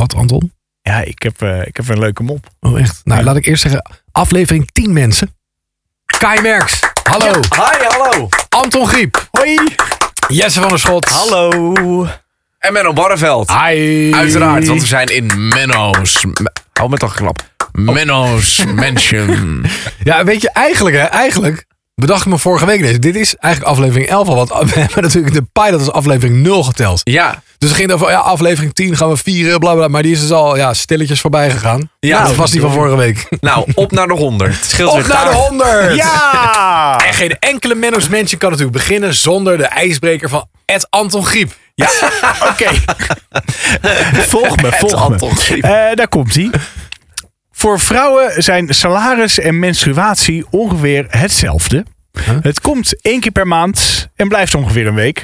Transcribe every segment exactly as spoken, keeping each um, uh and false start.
Wat, Anton? Ja, ik heb, uh, ik heb een leuke mop. Oh, echt? Nou, ja. laat ik eerst zeggen. Aflevering tien, mensen. Kai Merks. Hallo. Ja, hi, hallo. Anton Griep. Hoi. Jesse van der Schot. Hallo. En Menno Barreveld. Hi. Uiteraard, want we zijn in Menno's... Hou me toch klap. Menno's Mansion. Ja, weet je, eigenlijk, hè, eigenlijk bedacht ik me vorige week deze. Dit is eigenlijk aflevering elf al, want we hebben natuurlijk de pilot als aflevering nul geteld. Ja. Dus het ging over, ja, aflevering tien gaan we vieren, bla bla, maar die is dus al ja, stilletjes voorbij gegaan. Ja, dat was die van vorige week. Nou, op naar de honderd. Het scheelt Op weer naar de daar. honderd! Ja! En geen enkele Menno's Mansion kan natuurlijk beginnen zonder de ijsbreker van Ed Anton Griep. Ja, oké. Okay. Volg me, volg me. Uh, daar komt ie. Voor vrouwen zijn salaris en menstruatie ongeveer hetzelfde. Huh? Het komt één keer per maand en blijft ongeveer een week.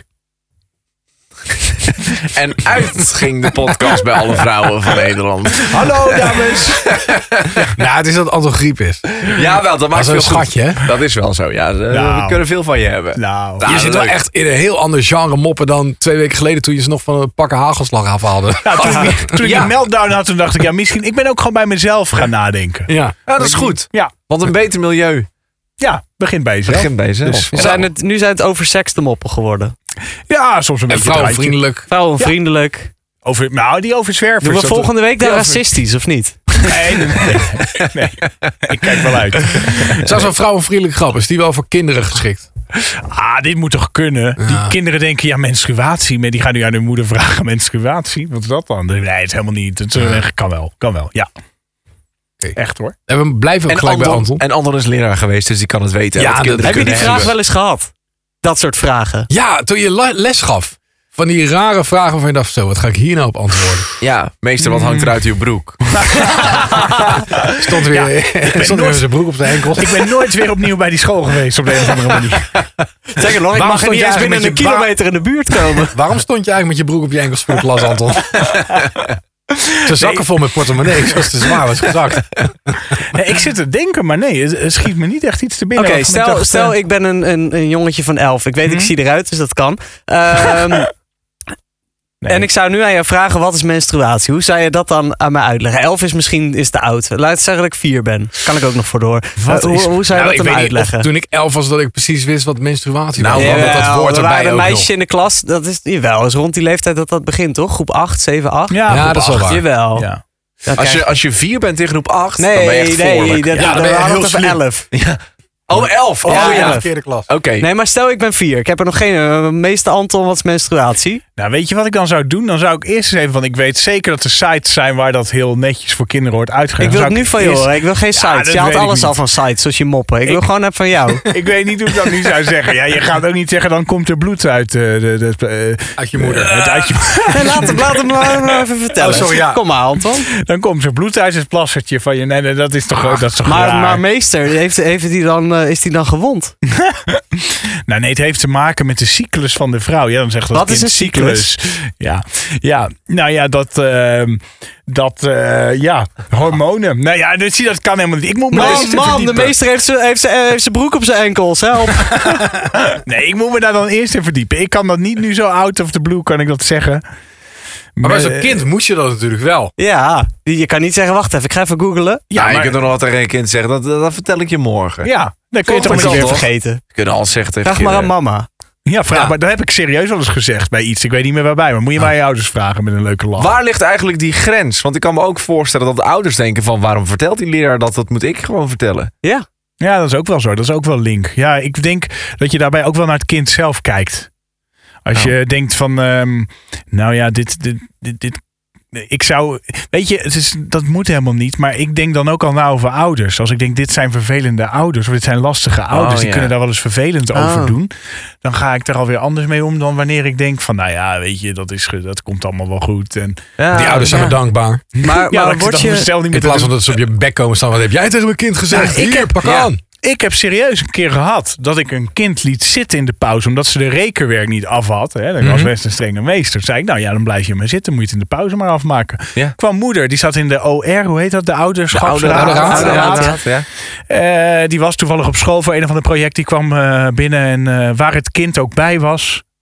En uit ging de podcast bij alle vrouwen van Nederland. Hallo dames. Nou, het is dat Anton Griep is. Ja, wel, dat maakt dat veel schatje, hè? Dat is wel zo, ja. Nou. We kunnen veel van je hebben. Nou, nou je zit wel echt in een heel ander genre moppen dan twee weken geleden toen je ze nog van een pakken hagelslag afhaalde. Nou, toen ik, toen ik ja. een meltdown had, toen dacht ik, ja, misschien, ik ben ook gewoon bij mezelf gaan nadenken. Ja, ja dat is goed. Ja. Want een beter milieu. Ja, begin bij jezelf. Begin bij jezelf. Dus we zijn het, nu zijn het over seks de moppen geworden. Ja, soms een en beetje vrouwenvriendelijk. Vrouwenvriendelijk. Ja. Over, nou, die overzwervers. Doen we volgende week daar racistisch, of niet? Nee, nee, nee, nee. Ik kijk wel uit. Zou zo'n vrouwenvriendelijk grap, is die wel voor kinderen geschikt? Ah, dit moet toch kunnen? Ja. Die kinderen denken, ja, menstruatie. Maar die gaan nu aan hun moeder vragen, menstruatie? Wat is dat dan? Nee, het is helemaal niet. Het ja. kan wel, kan wel, ja. Okay. Echt hoor. En we blijven ook en gelijk Anton, bij Anton. En Anton is leraar geweest, dus die kan het weten. Ja, dat, heb je die vraag wel eens gehad? Dat soort vragen. Ja, toen je les gaf. Van die rare vragen waarvan je dacht, zo, wat ga ik hier nou op antwoorden? Ja, meester, wat hangt er uit uw broek? Stond weer, ja, stond weer zijn broek op zijn enkels. Ik ben nooit weer opnieuw bij die school geweest op de een of andere manier. Zeg nog, ik mag er niet eens binnen een kilometer in de buurt komen. Waarom stond je eigenlijk met je broek op je enkels voor de klas, Anton? Ze zakken nee. vol met portemonnee, zoals te zwaar was gezakt. Nee, ik zit te denken, maar nee, het schiet me niet echt iets te binnen. Oké, okay, stel, dacht, stel uh... ik ben een, een, een jongetje van elf. Ik weet, hmm? ik zie eruit, dus dat kan. Um, Nee. En ik zou nu aan jou vragen, wat is menstruatie? Hoe zou je dat dan aan mij uitleggen? Elf is misschien is te oud. Laat het zeggen dat ik vier ben. Kan ik ook nog voor door. Wat uh, is... hoe, hoe zou je nou, dat aan mij uitleggen? Toen ik elf was, dat ik precies wist wat menstruatie was. Nou, ja, dat, dat woord er erbij waren ook meisjes nog. in de klas. Dat is jawel, is rond die leeftijd dat dat begint, toch? Groep acht, zeven, acht? Ja, ja dat is wel waar. Jawel. Ja. Als je, als je vier bent tegen groep acht, nee, dan ben je echt nee, voorlijk. Nee, ja, dan ben je heel slim. elf. Ja. Oh, elf. Oh, ja, ja. Verkeerde klas. Oké. Okay. Nee, maar stel ik ben vier. Ik heb er nog geen. Uh, meeste Anton, wat is menstruatie? Nou, weet je wat ik dan zou doen? Dan zou ik eerst eens even, want ik weet zeker dat er sites zijn waar dat heel netjes voor kinderen wordt uitgegeven. Ik wil het nu van je horen. Ik wil geen sites. Ja, je haalt alles al van sites, zoals je moppen. Ik, ik wil gewoon even van jou. Ik weet niet hoe ik dat nu zou zeggen. Ja, je gaat ook niet zeggen, dan komt er bloed uit, uh, de, de, uh, uit je moeder. Uh, uit je... nee, laat hem, laat hem maar even vertellen. Oh, sorry, ja. Kom maar, Anton. Dan komt er bloed uit het plassertje van je. Nee, nee, dat is toch, ah, dat is toch maar, raar. Maar meester, heeft, heeft die dan, uh, is die dan gewond? Nou nee, het heeft te maken met de cyclus van de vrouw. Ja, dan zegt dat Wat is een cyclus? cyclus? Ja, ja, nou ja, dat, uh, dat, uh, ja, hormonen. Nou ja, dat, dat kan helemaal niet. Ik moet me man, eerst man, de meester heeft zijn heeft heeft broek op zijn enkels. Help. Nee, ik moet me daar dan eerst in verdiepen. Ik kan dat niet nu zo out of the blue, kan ik dat zeggen. Maar bij zo'n kind moest je dat natuurlijk wel. Ja, je kan niet zeggen, wacht even, ik ga even googlen. Ja, maar... je kunt er nog wat tegen een kind zeggen. Dat, dat vertel ik je morgen. Ja, dan kun je toch niet weer vergeten. Je kunt alles zeggen tegen Vraag maar aan mama. Ja, vraag, ja, maar dat heb ik serieus wel eens gezegd bij iets. Ik weet niet meer waarbij, maar moet je maar je ouders vragen met een leuke lach. Waar ligt eigenlijk die grens? Want ik kan me ook voorstellen dat de ouders denken van, waarom vertelt die leraar dat? Dat moet ik gewoon vertellen. Ja. Ja, dat is ook wel zo. Dat is ook wel link. Ja, ik denk dat je daarbij ook wel naar het kind zelf kijkt. Als oh. je denkt van, um, nou ja, dit, dit, dit, dit ik zou, weet je, het is, dat moet helemaal niet. Maar ik denk dan ook al na over ouders. Als ik denk, dit zijn vervelende ouders. Of dit zijn lastige ouders. Oh, die ja. kunnen daar wel eens vervelend oh. over doen. Dan ga ik er alweer anders mee om dan wanneer ik denk van, nou ja, weet je, dat, is, dat komt allemaal wel goed. En ja, die ouders zijn ja. me dankbaar. Maar, ja, maar word je... Stel niet in plaats van dat ze op je bek komen staan. Wat heb jij tegen mijn kind gezegd? Ja, ik Hier, heb, pak ja. aan. Ik heb serieus een keer gehad dat ik een kind liet zitten in de pauze omdat ze de rekenwerk niet af had. Hè. Dat was mm-hmm. best een strenge meester. Toen zei ik, nou ja, dan blijf je maar zitten. Moet je het in de pauze maar afmaken. Ja. Kwam moeder, die zat in de O R, hoe heet dat? De ouderschapsraad. De oude, oude, oude, oude, ja. uh, die was toevallig op school voor een of ander project. Die kwam uh, binnen en uh, waar het kind ook bij was.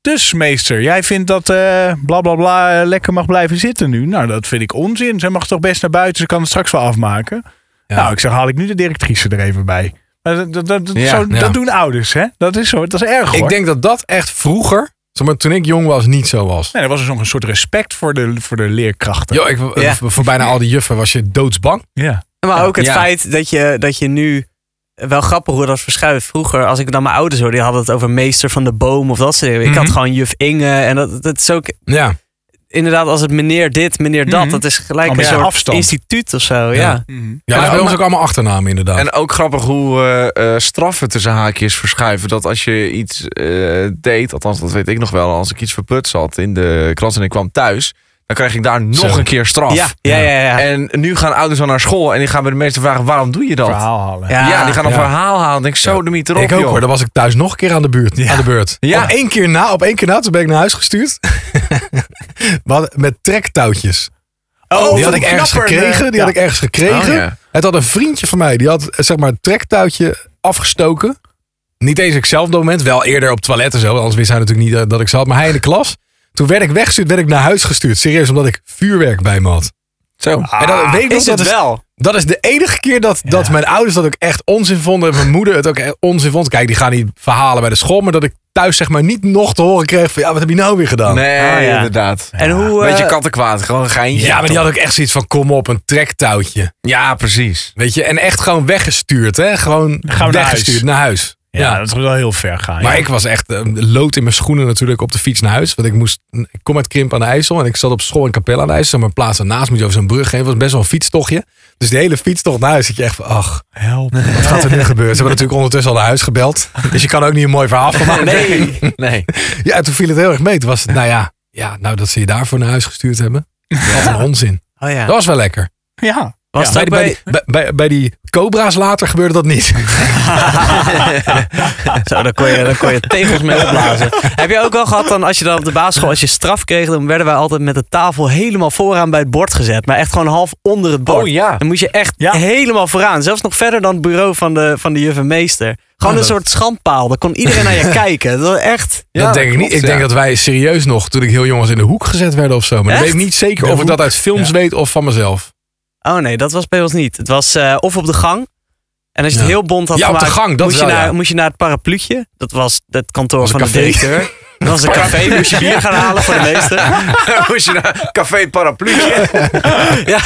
Dus meester, jij vindt dat uh, bla bla bla uh, lekker mag blijven zitten nu. Nou, dat vind ik onzin. Zij mag toch best naar buiten, ze kan het straks wel afmaken. Ja. Nou, ik zeg, haal ik nu de directrice er even bij. Maar dat, dat, dat, Ja, zo, ja. dat doen ouders, hè? Dat is, zo, dat is erg, hoor. Ik denk dat dat echt vroeger, zeg maar, toen ik jong was, niet zo was. Nee, er was dus nog een soort respect voor de, voor de leerkrachten. Yo, ik, Ja. Voor bijna al die juffen was je doodsbang. Ja. Maar ook het Ja. feit dat je, dat je nu... Wel grappig hoe dat verschuift. Vroeger, als ik dan mijn ouders hoorde, die hadden het over meester van de boom of dat soort dingen. Ik Mhm. had gewoon juf Inge. En dat, dat is ook... Ja. Inderdaad, als het meneer dit, meneer dat. Mhm. Dat is gelijk Al een met soort afstand. instituut of zo. Ja. Ja. Mm-hmm. Ja, dat is bij ons ook allemaal achternamen inderdaad. En ook grappig hoe uh, uh, straffen tussen haakjes verschuiven. Dat als je iets uh, deed, althans dat weet ik nog wel, als ik iets verput zat in de klas en ik kwam thuis, dan krijg ik daar nog Zo. een keer straf. Ja, ja, ja, ja. En nu gaan ouders al naar school en die gaan bij de meeste vragen, waarom doe je dat? Verhaal halen. Ja. Ja, die gaan een Ja. verhaal halen. Denk ik, zo de miet erop, Ik ook joh. hoor, dan was ik thuis nog een keer aan de, buurt, Ja. aan de beurt. Ja. Op één keer na, op één keer na, toen ben ik naar huis gestuurd. We hadden- met trektouwtjes. Oh, die had ik ergens knapper, gekregen. Die ja. had ik ergens gekregen. Oh, ja. Het had een vriendje van mij, die had zeg maar het trektouwtje afgestoken. Niet eens ik zelf op dat moment, wel eerder op het toilet en zo. Anders wist hij natuurlijk niet dat ik zat. Maar hij in de klas. Toen werd ik weggestuurd, werd ik naar huis gestuurd. Serieus, omdat ik vuurwerk bij me had. Zo. en dat, weet ik nog, Is het dat, is, wel? dat is de enige keer dat, dat mijn ouders dat ook echt onzin vonden. En mijn moeder het ook echt onzin vond. Kijk, die gaan niet verhalen bij de school. Maar dat ik thuis zeg maar niet nog te horen kreeg van ja, wat heb je nou weer gedaan? Nee, Ah, ja. inderdaad. En hoe... Beetje eh, kattenkwaad, gewoon een geintje. Ja, maar die had ook echt zoiets van kom op, een trektouwtje. Ja, precies. Weet je, en echt gewoon weggestuurd. Hè? Gewoon Gaan we naar weggestuurd huis. naar huis. Ja, Ja. dat is wel heel ver gaan. Maar ja. ik was echt uh, lood in mijn schoenen natuurlijk op de fiets naar huis. Want ik moest, ik kom uit Krimp aan de IJssel en ik zat op school in Capelle aan de IJssel. Maar plaats ernaast moet je over zo'n brug heen. Het was best wel een fietstochtje. Dus de hele fietstocht naar huis zit je echt van, ach, Help. wat gaat er nu gebeuren? Ze hebben natuurlijk ondertussen al naar huis gebeld. Dus je kan ook niet een mooi verhaal van maken. Nee. nee. Ja, toen viel het heel erg mee. Toen was het, nou ja, ja, nou dat ze je daarvoor naar huis gestuurd hebben. Wat een onzin. Oh ja. Dat was wel lekker. Ja. Was Ja. het Bij ook die, bij, bij... die, bij, bij, bij die cobra's later gebeurde dat niet. Zo, daar kon, je, daar kon je tegels mee opblazen. Heb je ook wel gehad dan, als je dan op de basisschool, als je straf kreeg, dan werden wij altijd met de tafel helemaal vooraan bij het bord gezet. Maar echt gewoon half onder het bord. Oh ja. Dan moest je echt Ja. helemaal vooraan. Zelfs nog verder dan het bureau van de, van de juf en meester. Gewoon Oh, een dat- soort schandpaal. Daar kon iedereen naar je kijken. Dat was echt... Ja, dat denk dat ik niet. klopt, Ik denk ja. dat wij serieus nog, toen ik heel jong was, in de hoek gezet werden of zo. Maar Echt? ik weet niet zeker De of ik dat hoek? uit films Ja. weet of van mezelf. Oh nee, dat was bij ons niet. Het was eh, of op de gang. En als je het Ja. heel bont had Ja, op de gemaakt, gang, dat moest, je wel, naar, ja. moest je naar het parapluutje. Dat was het kantoor Was een van de café. directeur. Dat was een café, moest je bier gaan halen voor de meester. Moest je naar Café Parapluutje. Ja.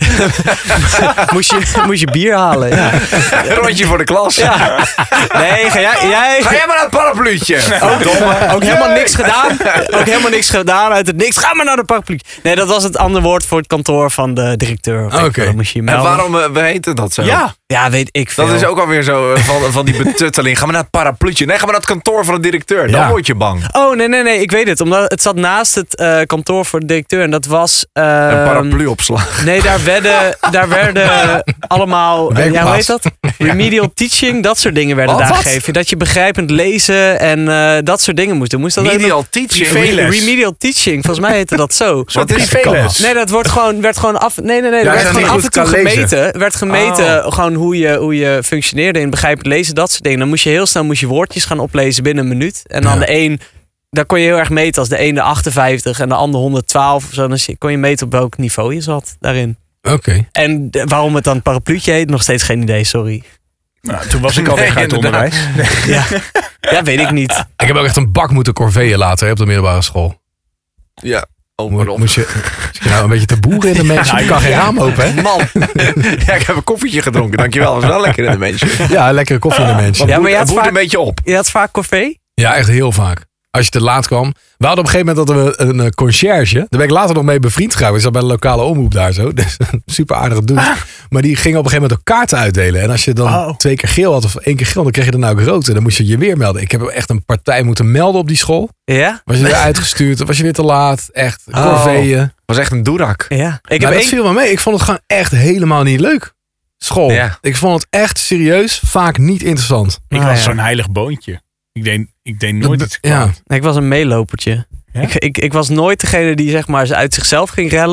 moest, je, moest je bier halen. Ja. Rondje voor de klas. Ja. Nee, ga jij... jij Ga jij maar naar het parapluutje. ook, ook helemaal niks gedaan. Ook helemaal niks gedaan uit het niks. Ga maar naar de paraplu. Nee, dat was het andere woord voor het kantoor van de directeur. Of Oké. ik veel, dat moest je je En melden. waarom uh, we heten dat zo? Ja. Ja, weet ik veel. Dat is ook alweer zo uh, van, van die betutteling. Ga maar naar het parapluutje. Nee, ga maar naar het kantoor van de directeur. Dan Ja. word je bang. Oh, nee, nee, nee. Ik weet het. Omdat het zat naast het eh, kantoor voor de directeur. En dat was... Een ehm, parapluopslag. Nee, daar werden, daar werden allemaal, eh, ja, hoe heet dat? Remedial teaching, dat soort dingen werden Wat? daar Wat? gegeven. Dat je begrijpend lezen en eh, dat soort dingen moest doen. Moest dat ook Medial nog- teaching. Re- Privéles. remedial teaching, volgens mij heette dat zo. Wat is privéles. Nee, dat wordt gewoon, werd gewoon af. Nee, nee, nee. Ja, Er als werd je gewoon niet af en goed toe kan lezen. gemeten. werd gemeten gewoon hoe je, hoe je functioneerde in begrijpend lezen, dat soort dingen. Dan moest je heel snel moest je woordjes gaan oplezen binnen een minuut. En dan Ja. de een, daar kon je heel erg meten als de ene achtenvijftig en de ander honderdtwaalf of zo. Dan kon je meten op welk niveau je zat daarin. Oké. En de- waarom het dan parapluutje heet, nog steeds geen idee, sorry. Nou, toen was ik al Nee, weg uit het inderdaad. onderwijs. Ja, ja weet ik niet. Ik heb ook echt een bak moeten corveeën later hè, op de middelbare school. Ja. Oh, Mo- pardon. Moest je, moest je nou een beetje te boeren in de mensen? Nou, Je kan geen ja. raam open, hè? Man. Ja, ik heb een koffietje gedronken. Dankjewel. Dat was wel lekker in de mensen. Ja, lekkere koffie in de mensen. Ja, maar je Het had boet vaak, een beetje op. je had vaak corvée? Ja, echt heel vaak. Als je te laat kwam. We hadden op een gegeven moment dat we een eh, conciërge. Daar ben ik later nog mee bevriend geraakt. Ik zat bij de lokale omroep daar zo. Dus een super aardige dude. Maar die ging op een gegeven moment ook kaarten uitdelen. En als je dan Oh. twee keer geel had of één keer geel, dan kreeg je daarna ook rood. En dan moest je je weer melden. Ik heb echt een partij moeten melden op die school. Ja? Was je weer uitgestuurd? Was je weer te laat? Echt, Oh. corveeën. Was echt een doerak. Ja. Ik Nou, heb dat één... viel me mee. Ik vond het gewoon echt helemaal niet leuk. School. Ja. Ik vond het echt serieus vaak niet interessant. Ik Ah, was ja. zo'n heilig boontje. Ik deed, ik deed nooit Dat- iets ja. kwaad. Ik was een meelopertje. Ja? Ik, ik, ik was nooit degene die zeg maar uit zichzelf ging rellen.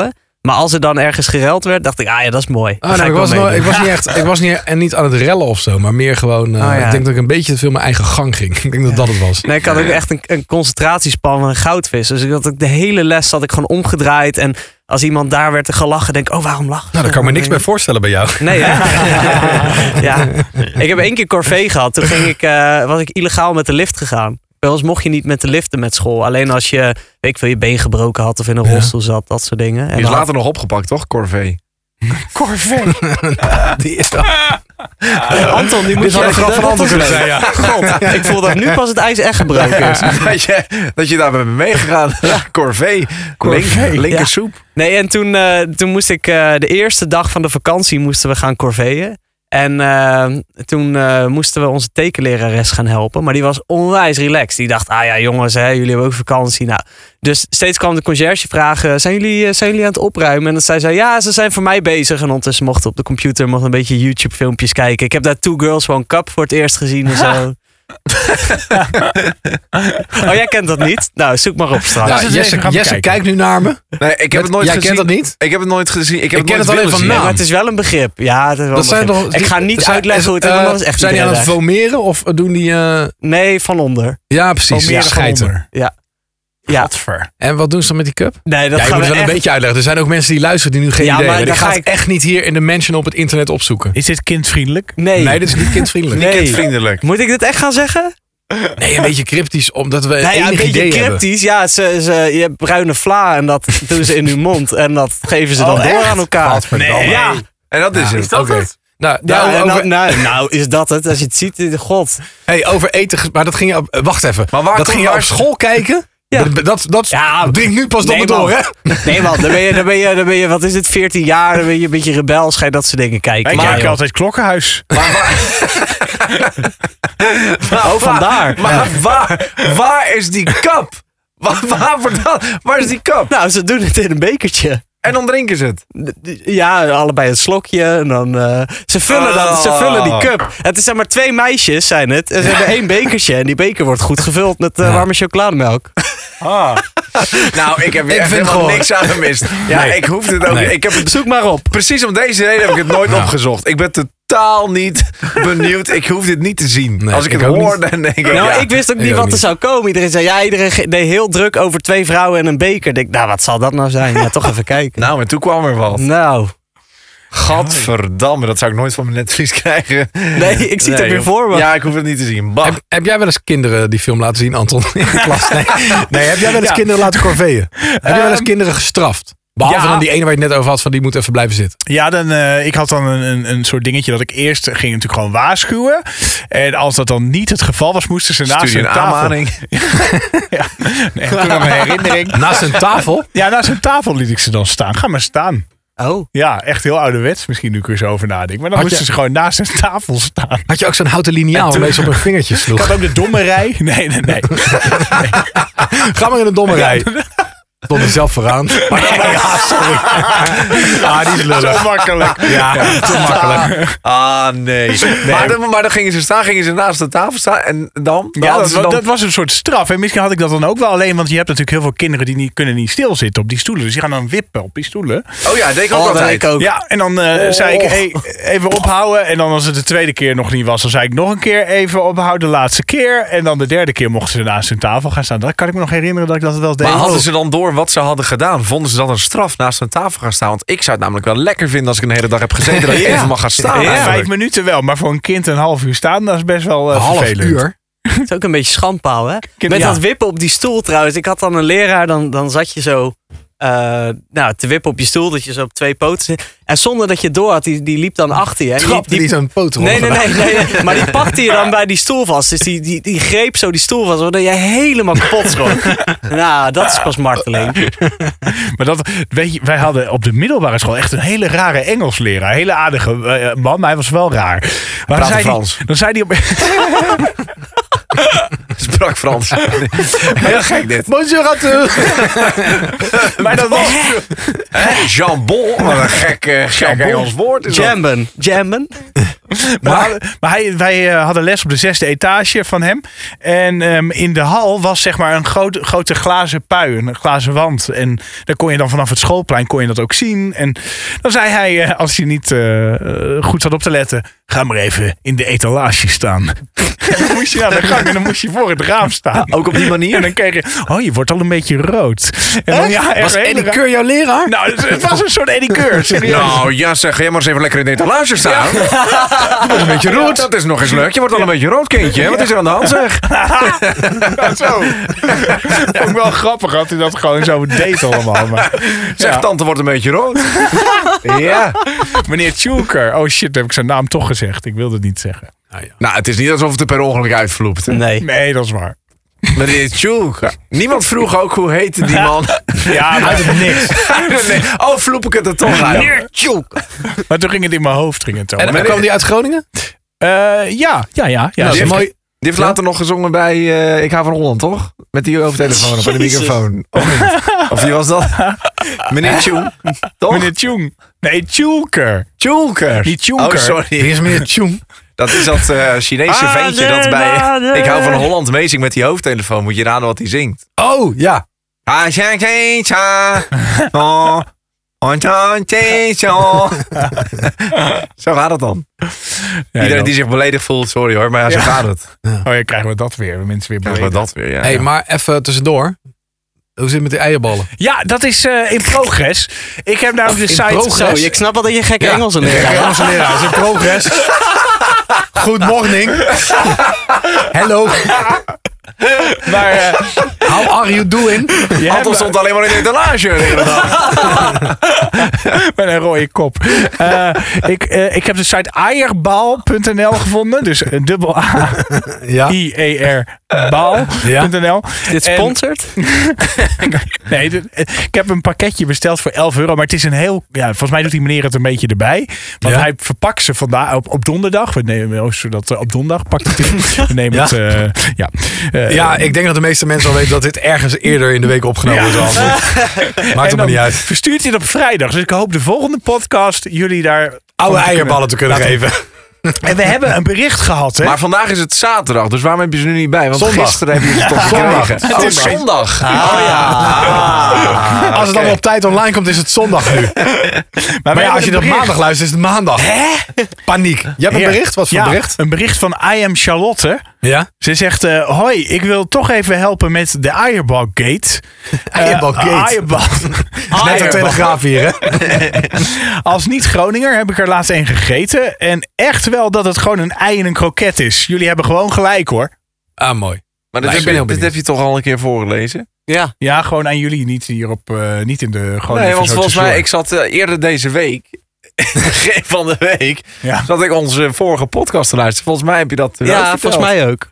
Maar als er dan ergens gereld werd, dacht ik, ah ja, dat is mooi. Oh, nou, ik, was nooit, ik was niet echt, ik was niet, en niet aan het rellen of zo, maar meer gewoon, uh, oh, ja. ik denk dat ik een beetje te veel mijn eigen gang ging. Ik denk dat dat het was. Nee, ik had ook echt een, een concentratiespan van een goudvis. Dus ik had ook de hele les zat ik gewoon omgedraaid en als iemand daar werd gelachen, denk ik, oh, waarom lachen? Nou, daar kan ik me niks bij voorstellen bij jou. Nee, hè? Ja. Ik heb één keer corvée gehad. Toen ging ik, uh, was ik illegaal met de lift gegaan. Bij ons mocht je niet met de liften met school. Alleen als je, weet ik veel, je been gebroken had of in een ja. rolstoel zat, dat soort dingen. En die is later nog opgepakt, toch? Corvée. Corvée. Die is toch... Anton, die moet je grap van Anton kunnen zijn. Ja. God, ik voel dat nu pas het ijs echt gebroken is. dat, je, dat je daar bent meegegaan. Ja. Corvée. Corvée. Link, linkersoep. Ja. Nee, en toen, uh, toen moest ik uh, de eerste dag van de vakantie moesten we gaan corveeën. En uh, toen uh, moesten we onze tekenlerares gaan helpen. Maar die was onwijs relaxed. Die dacht, ah ja jongens, hè, jullie hebben ook vakantie. Nou, dus steeds kwam de conciërge vragen, zijn jullie, zijn jullie aan het opruimen? En dan zei ze, ja, ze zijn voor mij bezig. En ondertussen mochten op de computer mochten een beetje YouTube filmpjes kijken. Ik heb daar Two Girls, One Cup voor het eerst gezien en zo. Oh, jij kent dat niet? Nou, zoek maar op straks. Ja, Jesse, Jesse kijkt nu naar me. Nee, ik heb Met, het nooit jij gezien. kent dat niet? Ik heb het nooit gezien. Ik, heb ik het ken nooit het alleen van naam. naam. Maar het is wel een begrip. Ja, het is wel dat een begrip. Zijn toch, ik ga niet zijn, uitleggen hoe het is, uh, maar dat is echt zijn die aan het vomeren of doen die... Uh... Nee, van onder. Ja, precies. Ja, schijten. Ja. Ja. Godver. En wat doen ze dan met die cup? Nee, dat ja, je gaan moet we wel echt... een beetje uitleggen. Er zijn ook mensen die luisteren die nu geen ja, idee maar hebben. Ik ga het ik... echt niet hier in de mention op het internet opzoeken. Is dit kindvriendelijk? Nee. Nee, dit is niet kindvriendelijk. Nee. Niet kindvriendelijk. Moet ik dit echt gaan zeggen? Nee, een beetje cryptisch, omdat we nou ja, enig een beetje idee cryptisch. hebben. Ja, ze, ze, je hebt bruine vla en dat doen ze in hun mond. En dat geven ze dan oh, door echt? aan elkaar. Nee. Ja. En dat is ja, het. Is dat okay. het? Nou, ja, nou, nou, over... nou, nou, is dat het? Als je het ziet, god. Hey, over eten, maar dat ging je op... Wacht even. Maar waar dat ging je op school kijken? Ja. Dat, dat, dat ja, drinkt nu pas nee, door, hè? Nee man, dan ben, je, dan, ben je, dan ben je, wat is het, veertien jaar, dan ben je een beetje rebels, ga je dat soort dingen kijken. Ik kijk altijd Klokkenhuis. Maar waar... maar, oh, vandaar. Maar ja. waar, waar is die kap? Waar, waar, waar, waar is die kap? Nou, ze doen het in een bekertje. En dan drinken ze het? Ja, allebei een slokje. En dan, uh, ze, vullen oh. dat, ze vullen die cup. Het is zeg maar twee meisjes zijn het. En ze hebben één bekertje. En die beker wordt goed gevuld met uh, ja. warme chocolademelk. Ah. Nou, ik heb ik echt helemaal gewoon... niks aan gemist. Ja, nee. Ik hoef het ook nee. ik heb het... Zoek maar op. Precies om deze reden heb ik het nooit ja. opgezocht. Ik ben totaal niet benieuwd. Ik hoef dit niet te zien. Nee, Als ik, ik het hoor, niet. Dan denk ik... Nou, ja. ik wist ook niet ik wat ook er zou komen. Iedereen zei, ja, iedereen deed heel druk over twee vrouwen en een beker. Ik denk, nou, wat zal dat nou zijn? Ja, toch even kijken. Nou, maar toen kwam er wat. Nou... Gadverdamme, dat zou ik nooit van mijn netvlies krijgen. Nee, ik zie nee, het er weer voor me. Ja, ik hoef het niet te zien. Heb, heb jij wel eens kinderen die film laten zien, Anton? In de klas? Nee. nee, heb jij wel eens ja. kinderen laten corveeën? Heb um, jij wel eens kinderen gestraft? Behalve ja. dan die ene waar je het net over had, van die moet even blijven zitten. Ja, dan, uh, ik had dan een, een, een soort dingetje dat ik eerst ging natuurlijk gewoon waarschuwen. En als dat dan niet het geval was, moesten ze naast Studie een tafel... aanmaning. ja, nee, toen nog een herinnering. Naast een tafel? Ja, naast een tafel liet ik ze dan staan. Ga maar staan. Oh. Ja, echt heel ouderwets. Misschien nu kun je zo over nadenken. Maar dan had moesten je... ze gewoon naast een tafel staan. Had je ook zo'n houten liniaal waarmee ze op hun vingertjes sloeg? Ik had ook de dommerij. Nee, nee, nee. nee. Ga maar in de dommerij. Ja. Stond er zelf vooraan. Maar ja, sorry. Ah, die is lullig. Zo makkelijk. Ja, ja. Te makkelijk. Ah, nee. nee. Maar, dan, maar dan gingen ze staan, gingen ze naast de tafel staan. En dan? Ja, dat, dat, dan... dat was een soort straf. En misschien had ik dat dan ook wel alleen. Want je hebt natuurlijk heel veel kinderen die niet, kunnen niet stilzitten op die stoelen. Dus die gaan dan wippen op die stoelen. Oh ja, dat deed ik ook oh, altijd. Ik ook. Ja, en dan uh, oh. zei ik hey, even ophouden. En dan als het de tweede keer nog niet was, dan zei ik nog een keer even ophouden. De laatste keer. En dan de derde keer mochten ze naast hun tafel gaan staan. Dat kan ik me nog herinneren dat ik dat wel deed. Maar hadden ze dan door wat ze hadden gedaan? Vonden ze dat een straf naast een tafel gaan staan? Want ik zou het namelijk wel lekker vinden als ik een hele dag heb gezeten dat ik ja. even mag gaan staan. Ja, vijf minuten wel, maar voor een kind een half uur staan, dat is best wel uh, half vervelend. uur? Het is ook een beetje schandpaal, hè? Kind, Met ja. dat wippen op die stoel trouwens. Ik had dan een leraar, dan, dan zat je zo uh, nou, te wippen op je stoel, dat je zo op twee poten zit. En zonder dat je het door had, die, die liep dan achter je. En Trapte die, die zo'n poten nee, nee, nee, nee, nee. Maar die pakte je dan bij die stoel vast. Dus die, die, die greep zo die stoel vast, zodat jij helemaal kapot schrok. Nou, dat is pas marteling. Maar dat, weet je, wij hadden op de middelbare school echt een hele rare Engelsleraar. Hele aardige uh, man, maar hij was wel raar. Maar dan zei Frans. Die, dan zei hij op... Sprak Frans. Heel gek dit. Bonjour à tous. Maar dat was... Jambon, wat een gek, uh, gek Engels woord. Is Jamben. Jamben. Maar, maar hij, wij uh, hadden les op de zesde etage van hem. En um, in de hal was zeg maar een groot, grote glazen pui, een glazen wand. En daar kon je dan vanaf het schoolplein kon je dat ook zien. En dan zei hij, uh, als hij niet uh, goed zat op te letten, ga maar even in de etalage staan. En dan moest je naar de gang en dan moest je voor het raam staan. Ook op die manier? En dan kreeg je, oh, je wordt al een beetje rood. En dan, ja, Was Eddie Keur jouw leraar? Nou, het, het was een soort Eddie Keur, serieus. Nou, ja zeg, ga jij maar eens even lekker in de etalage staan. Je wordt een beetje rood. Ja, dat is nog eens leuk. Je wordt al een beetje rood, kindje. Wat is er aan de hand, zeg? Ja, zo. Vond ik wel grappig had hij dat gewoon zo deed allemaal. Maar, Zeg, ja. tante wordt een beetje rood. Ja. Meneer Tjulker. Oh shit, heb ik zijn naam toch gezegd. Ik wilde het niet zeggen. Nou, ja. Nou, het is niet alsof het er per ongeluk uitvloept. Nee. Nee, dat is waar. Meneer Tjoek. Niemand vroeg ook hoe heette die man. Ja, maar, Uit het niks. Nee. Oh, vloep ik het er toch uit. Meneer Tjoek. maar toen ging het in mijn hoofd. Ging het zo. En Maar, kwam die uit Groningen? uh, ja, ja, ja. ja Nou, dat is zeker. mooi. Die heeft later nog gezongen bij uh, Ik hou van Holland, toch? Met die hoofdtelefoon op en de Jezus. microfoon. Of niet? Of wie was dat? Meneer Tjoen. Toch? Meneer Tjung. Nee, Tjulker. Tjoelker. Niet Tjulker. Oh, sorry. Wie is meneer Tjoen? Dat is dat uh, Chinese ventje dat bij Ik hou van Holland meezingt met die hoofdtelefoon. Moet je raden wat hij zingt. Oh, ja. Zo gaat het dan. Ja, Iedereen joh. die zich beledigd voelt, sorry hoor, maar ja, zo Ja. gaat het. Oh ja, krijgen we dat weer. Mensen weer Ja, maar beledigd. dat weer, ja. Hey, ja. maar even tussendoor. Hoe zit het met die eierballen? Ja, dat is uh, in progress. Ik heb namelijk de In site... progress? Zo, ik snap wel dat je gekke Ja. Engels aan Ja, leraar. Engelse leraar. Dat is in progress. Good morning. Hello. Maar uh, How are you doing? je Anton hebt stond alleen maar in de etalage. de hele dag. met een rode kop. Uh, ik, uh, ik heb de site eierbal punt n l gevonden. Dus een dubbel A Ja. I E R bal punt n l. Dit En- sponsort? Nee, dit- ik heb een pakketje besteld voor elf euro. Maar het is een heel... Ja, volgens mij doet die meneer het een beetje erbij. Want Ja. hij verpakt ze vandaag op, op donderdag. We nemen oh, zodat uh, op donderdag pakt het in. We nemen Ja. het... Uh, ja. Uh, Ja, ik denk dat de meeste mensen al weten dat dit ergens eerder in de week opgenomen is. al. Maakt en het maar dan niet uit. verstuurt hij het op vrijdag. Dus ik hoop de volgende podcast jullie daar... Oude van te eierballen te kunnen laten- geven. En we hebben een bericht gehad, hè? Maar vandaag is het zaterdag, dus waarom heb je ze nu niet bij? Want Zondag. gisteren heb je ze toch Zondag. gekregen. Het Oh, is zondag. Oh ja. Als het dan op tijd online komt, is het zondag nu. Maar ja, als je dat maandag luistert, is het maandag. Paniek. Je hebt een Ja. bericht? Wat voor Ja, bericht? een bericht van I am Charlotte. Ja? Ze zegt, uh, hoi, ik wil toch even helpen met de Eierbalgate. Eierbalgate. Uh, Eierbal. Net een telegraaf hier, hè? Als niet-Groninger heb ik er laatst een gegeten. En echt wel dat het gewoon een ei en een kroket is. Jullie hebben gewoon gelijk, hoor. Ah, mooi. Maar dit, Nou, heb ik ben je, heel dit heb je toch al een keer voorgelezen? Ja. Ja, gewoon aan jullie, niet hier op, uh, niet in de... Gewoon Nee, even want zo volgens mij, tussendoor. ik zat uh, eerder deze week, begin van de week, Ja. zat ik onze vorige podcast te luisteren. Volgens mij heb je dat toen ook Ja, verteld. volgens mij ook.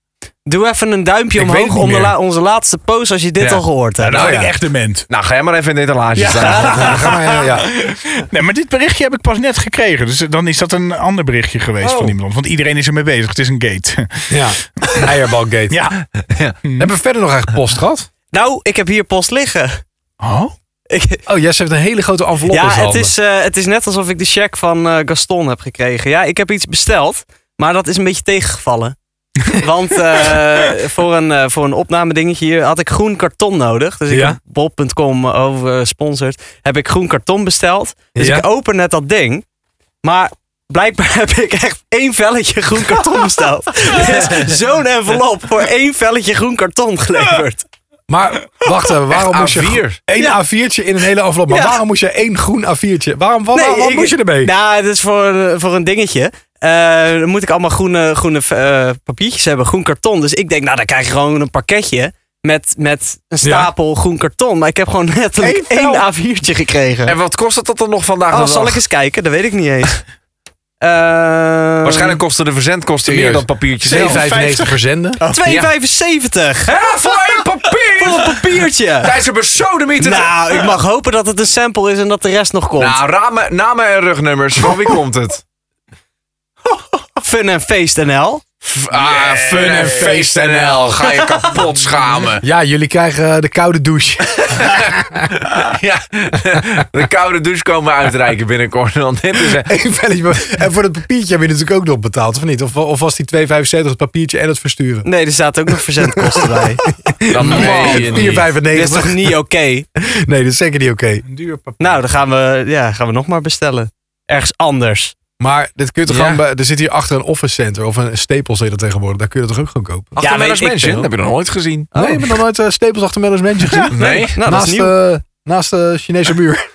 Doe even een duimpje Ik weet omhoog het niet onder meer. la- onze laatste post als je dit Ja. al gehoord hebt. Nou, Nou ben ik ja. echt dement. Nou, ga jij maar even in de etalage Ja. staan. Ja, ga maar, ja, ja. Nee, maar dit berichtje heb ik pas net gekregen. Dus dan is dat een ander berichtje geweest Oh. van iemand. Want iedereen is ermee bezig. Het is een gate. ja. Eierbalgate. Ja. Hebben we verder nog echt post gehad? Nou, ik heb hier post liggen. Oh? Ik, Oh, Jess heeft een hele grote envelop in ja, zijn het handen. is, eh, het is net alsof ik de check van eh, Gaston heb gekregen. Ja, ik heb iets besteld, maar dat is een beetje tegengevallen. Want eh, voor, een, uh, voor een opnamedingetje hier had ik groen karton nodig. Dus ik Ja. heb bol punt com over sponsord. Heb ik groen karton besteld. Dus Ja. ik open net dat ding. Maar blijkbaar heb ik echt één velletje groen karton besteld. Er is zo'n envelop voor één velletje groen karton geleverd. Maar wacht even, waarom Echt moest je A vier? één Ja. A viertje in een hele envelop? Maar Ja. waarom moest je één groen A viertje? Waarom, wat, Nee, wat ik- moest je ermee? Nou, het is voor, een- voor een dingetje. Eh, dan moet ik allemaal groene, groene eh, papiertjes hebben, groen karton. Dus ik denk, nou, dan krijg je gewoon een pakketje met, met een stapel groen karton. Maar ik heb gewoon letterlijk Eén vel. één A viertje gekregen. En wat kost het dat dan nog vandaag? Oh, de zal dag? ik eens kijken? Dat weet ik niet eens. Eh, Waarschijnlijk kosten de verzendkosten meer dan papiertjes twee zelf. vijfennegentig verzenden. twee euro vijfenzeventig. Ja, voor één papier! Voor een papiertje. Tijdens een besodemieter. Nou, ik mag hopen dat het een sample is en dat de rest nog komt. Nou, ramen, namen en rugnummers. Van wie komt het? Fun en Feest N L. Ah, fun en feest N L. Ga je kapot schamen. Ja, jullie krijgen de koude douche. Ja, de koude douche komen uitreiken binnenkort. Want dit is... Eén velletje. En voor dat papiertje heb je natuurlijk ook nog betaald, of niet? Of, of was die twee vijfenzeventig het papiertje en het versturen? Nee, er zaten ook nog verzendkosten bij. Dan meen je vier niet. vijfennegentig. Dit is toch niet oké? Okay? Nee, dat is zeker niet oké. Okay. Een duur papier. Nou, dan gaan we, ja, gaan we nog maar bestellen. Ergens anders. Maar dit kun je toch Ja. gewoon bij, er zit hier achter een office center of een Staples heet dat tegenwoordig. Daar kun je dat toch ook gewoon kopen? Achter Ja, Mellers weet ik Mansion? veel. Dat heb je nog nooit gezien. Nee, je hebt nog nooit uh, Staples achter Mellers Mansion gezien? Nee? Nou, dat is naast, nieuw. uh, naast de Chinese muur.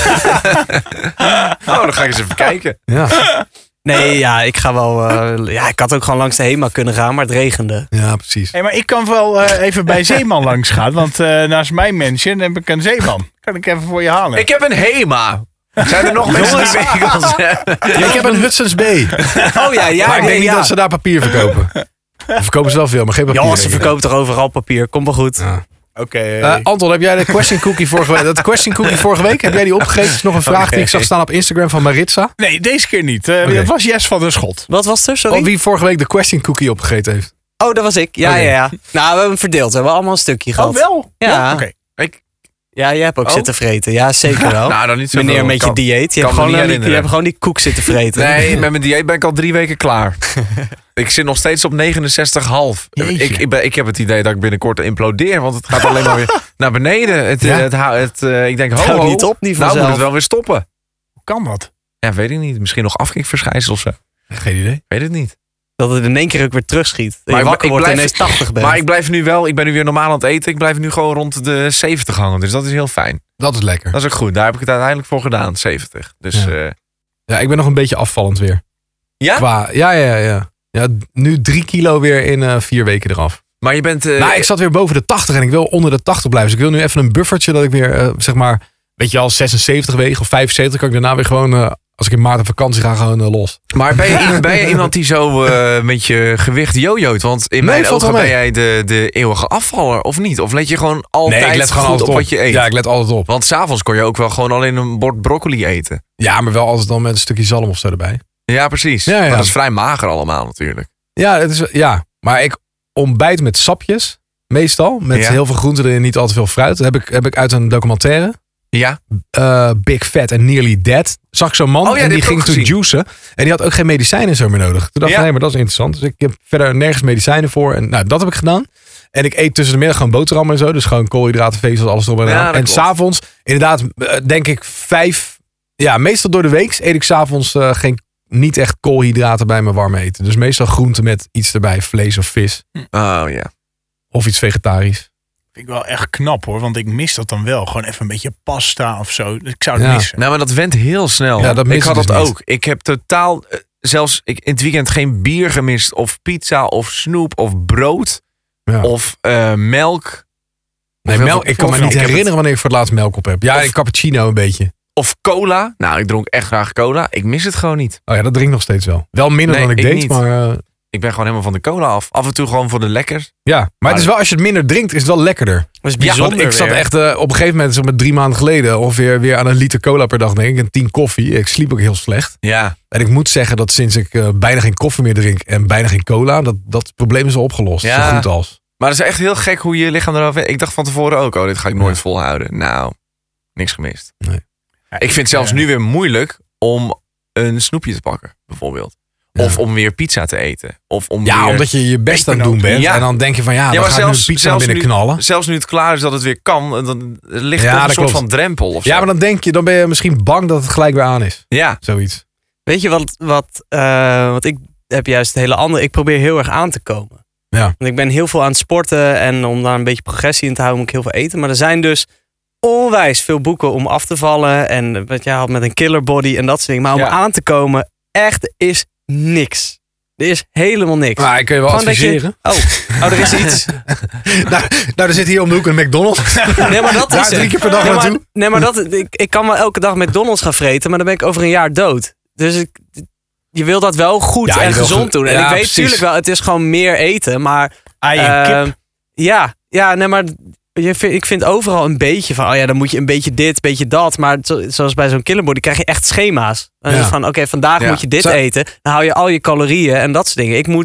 Oh, dan ga ik eens even kijken. Ja. Nee, ja, ik ga wel... Uh, ja, ik had ook gewoon langs de HEMA kunnen gaan, maar het regende. Ja, precies. Hey, maar ik kan wel uh, even bij Zeeman langs gaan. Want uh, naast mijn mansion heb ik een Zeeman. Kan ik even voor je halen? Ik heb een HEMA. Zijn er nog mensen die winkels hebben? Ja, ik heb een Hudson's Bay. Oh ja, ja. Maar ik nee, denk niet ja. dat ze daar papier verkopen. Of verkopen ze wel veel, maar geen papier. Ja, denk ze ik. verkoopt toch overal papier. Komt wel goed. Ja. Oké. Uh, Anton, heb jij de question cookie vorige week? Dat question cookie vorige week, heb jij die opgegeten? Dat is nog een vraag Oké. die ik zag staan op Instagram van Maritza. nee, deze keer niet. Uh, Oké. Dat was Jes van der Schot. Wat was er, sorry? Of wie vorige week de question cookie opgegeten heeft. Oh, dat was ik. Ja, Oké. ja, ja. Nou, we hebben hem verdeeld. We hebben allemaal een stukje gehad. Oh, wel? Ja. Oké. Ik, Ja, jij hebt ook Oh. zitten vreten. Ja, zeker wel. nou, dan niet zo Meneer met je dieet. Je hebt, me gewoon, niet die, je herinneren. hebt gewoon die koek zitten vreten. Nee, met mijn dieet ben ik al drie weken klaar. Ik zit nog steeds op negenenzestig komma vijf. Jeetje. Ik, ik, ben, ik heb het idee dat ik binnenkort implodeer. Want het gaat alleen maar weer naar beneden. Het, Ja? het, het, het, uh, ik denk, ho, Houdt ho. niet op, niet Nou vanzelf. moet het wel weer stoppen. Hoe kan dat? Ja, weet ik niet. Misschien nog afkikverschijnsel of zo. Geen idee. Weet het niet. Dat het in één keer ook weer terugschiet. Dat Maar je ik- wakker ik wordt en blijf- ineens tachtig bent. Maar ik blijf nu wel, ik ben nu weer normaal aan het eten. Ik blijf nu gewoon rond de zeventig hangen. Dus dat is heel fijn. Dat is lekker. Dat is ook goed. Daar heb ik het uiteindelijk voor gedaan, zeventig. Dus Ja. ja, Ja, ik ben nog een beetje afvallend weer. ja? Qua, ja, ja, ja. Ja, nu drie kilo weer in uh, vier weken eraf. Maar je bent... Uh, nou, ik zat weer boven de tachtig en ik wil onder de tachtig blijven. Dus ik wil nu even een buffertje dat ik weer, uh, zeg maar, weet je al, zesenzeventig weeg of vijfenzeventig. Kan ik daarna weer gewoon, uh, als ik in maart op vakantie ga, gewoon uh, los. Maar ben je, iemand- ben je iemand die zo uh, met je gewicht jojoot? Want in mijn valt ogen wel ben mee. jij de, de eeuwige afvaller, of niet? Of let je gewoon altijd nee, ik let gewoon goed altijd op op. wat je eet? Ja, ik let altijd op. Want s'avonds kon je ook wel gewoon alleen een bord broccoli eten. Ja, maar wel altijd dan met een stukje zalm of zo erbij. Ja, precies. Ja, ja. Maar dat is vrij mager allemaal natuurlijk. Ja, het is, ja, maar ik ontbijt met sapjes, meestal. Met Ja. heel veel groenten en niet al te veel fruit. Dat heb ik, heb ik uit een documentaire. Ja? Uh, Big Fat and Nearly Dead. Zag ik zo'n man Oh ja, en die die heb ik ging ook toen gezien. juicen. En die had ook geen medicijnen zo meer nodig. Toen dacht ik, Ja. nee, maar dat is interessant. Dus ik heb verder nergens medicijnen voor. En nou, dat heb ik gedaan. En ik eet tussen de middag gewoon boterhammen en zo. Dus gewoon koolhydraten, vezels, alles erop en Ja, eraan. dat En klopt. s'avonds, inderdaad, uh, denk ik vijf... Ja, meestal door de week eet ik s'avonds uh, geen, niet echt koolhydraten bij mijn warm eten. Dus meestal groenten met iets erbij. Vlees of vis. Oh ja. Of iets vegetarisch. Vind ik wel echt knap hoor. Want ik mis dat dan wel. Gewoon even een beetje pasta of zo. Ik zou het Ja. missen. Nou, maar dat went heel snel. Ja, dat mis ik had ik dat dus niet. ook. Ik heb totaal, eh, zelfs ik, in het weekend geen bier gemist. Of pizza, of snoep, of brood. Ja. Of uh, melk. Nee, Of heel melk, veel- ik kan me of- niet ik heb het- herinneren wanneer ik voor het laatst melk op heb. Ja, Of- een cappuccino een beetje. Of cola. Nou, ik dronk echt graag cola. Ik mis het gewoon niet. Oh ja, dat drink ik nog steeds wel. Wel minder Nee, dan ik, ik deed, niet. maar... uh, Ik ben gewoon helemaal van de cola af. Af en toe gewoon voor de lekker. ja, maar het is wel, als je het minder drinkt, is het wel lekkerder. Dat is Ja, bijzonder want ik zat weer. echt uh, op een gegeven moment, zo met drie maanden geleden, ongeveer weer aan een liter cola per dag, denk ik. En tien koffie. Ik sliep ook heel slecht. Ja. En ik moet zeggen dat sinds ik uh, bijna geen koffie meer drink en bijna geen cola, dat, dat probleem is al opgelost. Ja. Zo goed als. Maar het is echt heel gek hoe je lichaam erover... Ik dacht van tevoren ook, oh, dit ga ik nooit volhouden. Nou, niks gemist. Ja, Ik vind het zelfs eh, nu weer moeilijk om een snoepje te pakken, bijvoorbeeld. Ja. Of om weer pizza te eten. Of om Ja, weer... omdat je je best aan het doen bent. Ja. En dan denk je van ja, Ja, dan maar ga ik nu zelfs- een pizza zelfs binnen nu- knallen. Zelfs nu het klaar is dat het weer kan, dan ligt Ja, er een dat soort klopt. van drempel of zo. Ja, maar dan denk je, dan ben je misschien bang dat het gelijk weer aan is. Ja, Zoiets. Weet je wat, wat, uh, wat ik heb juist het hele andere. Ik probeer heel erg aan te komen. Ja. Want ik ben heel veel aan het sporten en om daar een beetje progressie in te houden moet ik heel veel eten. Maar er zijn dus onwijs veel boeken om af te vallen en wat jij had met een killer body en dat soort dingen. Maar om Ja. aan te komen, echt is niks. Er is helemaal niks. Maar ik kan je wel Gewoon dat je- adviseren. Oh, oh, er is iets. nou, nou, er zit hier om de hoek een McDonald's. Nee, maar dat Daar is drie het. keer per dag nee, maar, naartoe. nee, maar dat, ik, ik kan wel elke dag McDonald's gaan vreten, maar dan ben ik over een jaar dood. Dus ik, je wil dat wel goed Ja, en je wil gezond ge- doen. En ja, ik weet precies. natuurlijk wel, het is gewoon meer eten, maar... Ei en eh, kip. Ja, ja, nee, maar je vind, ik vind overal een beetje van, oh ja, dan moet je een beetje dit, een beetje dat. Maar zo- zoals bij zo'n killerbody krijg je echt schema's. Dan is Ja. het van, oké, vandaag Ja. moet je dit Zo- eten. Dan hou je al je calorieën en dat soort dingen. Ik moet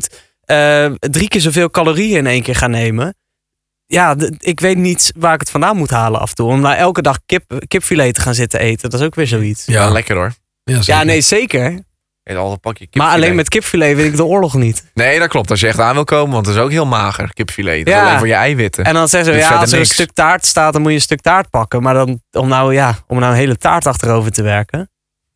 uh, drie keer zoveel calorieën in één keer ga nemen. Ja, d- ik weet niet waar ik het vandaan moet halen af en toe. Om nou elke dag kip, kipfilet te gaan zitten eten, dat is ook weer zoiets. Ja, ja lekker hoor. Ja, ja nee, zeker. Eet al een pakje kipfilet. Maar alleen met kipfilet weet ik de oorlog niet. Nee, dat klopt. Als je echt aan wil komen, want het is ook heel mager, kipfilet. Dat is Ja. alleen voor je eiwitten. En dan zeggen ze, Dus ja, verder als er een niks. stuk taart staat, dan moet je een stuk taart pakken. Maar dan, om nou, ja, om nou een hele taart achterover te werken.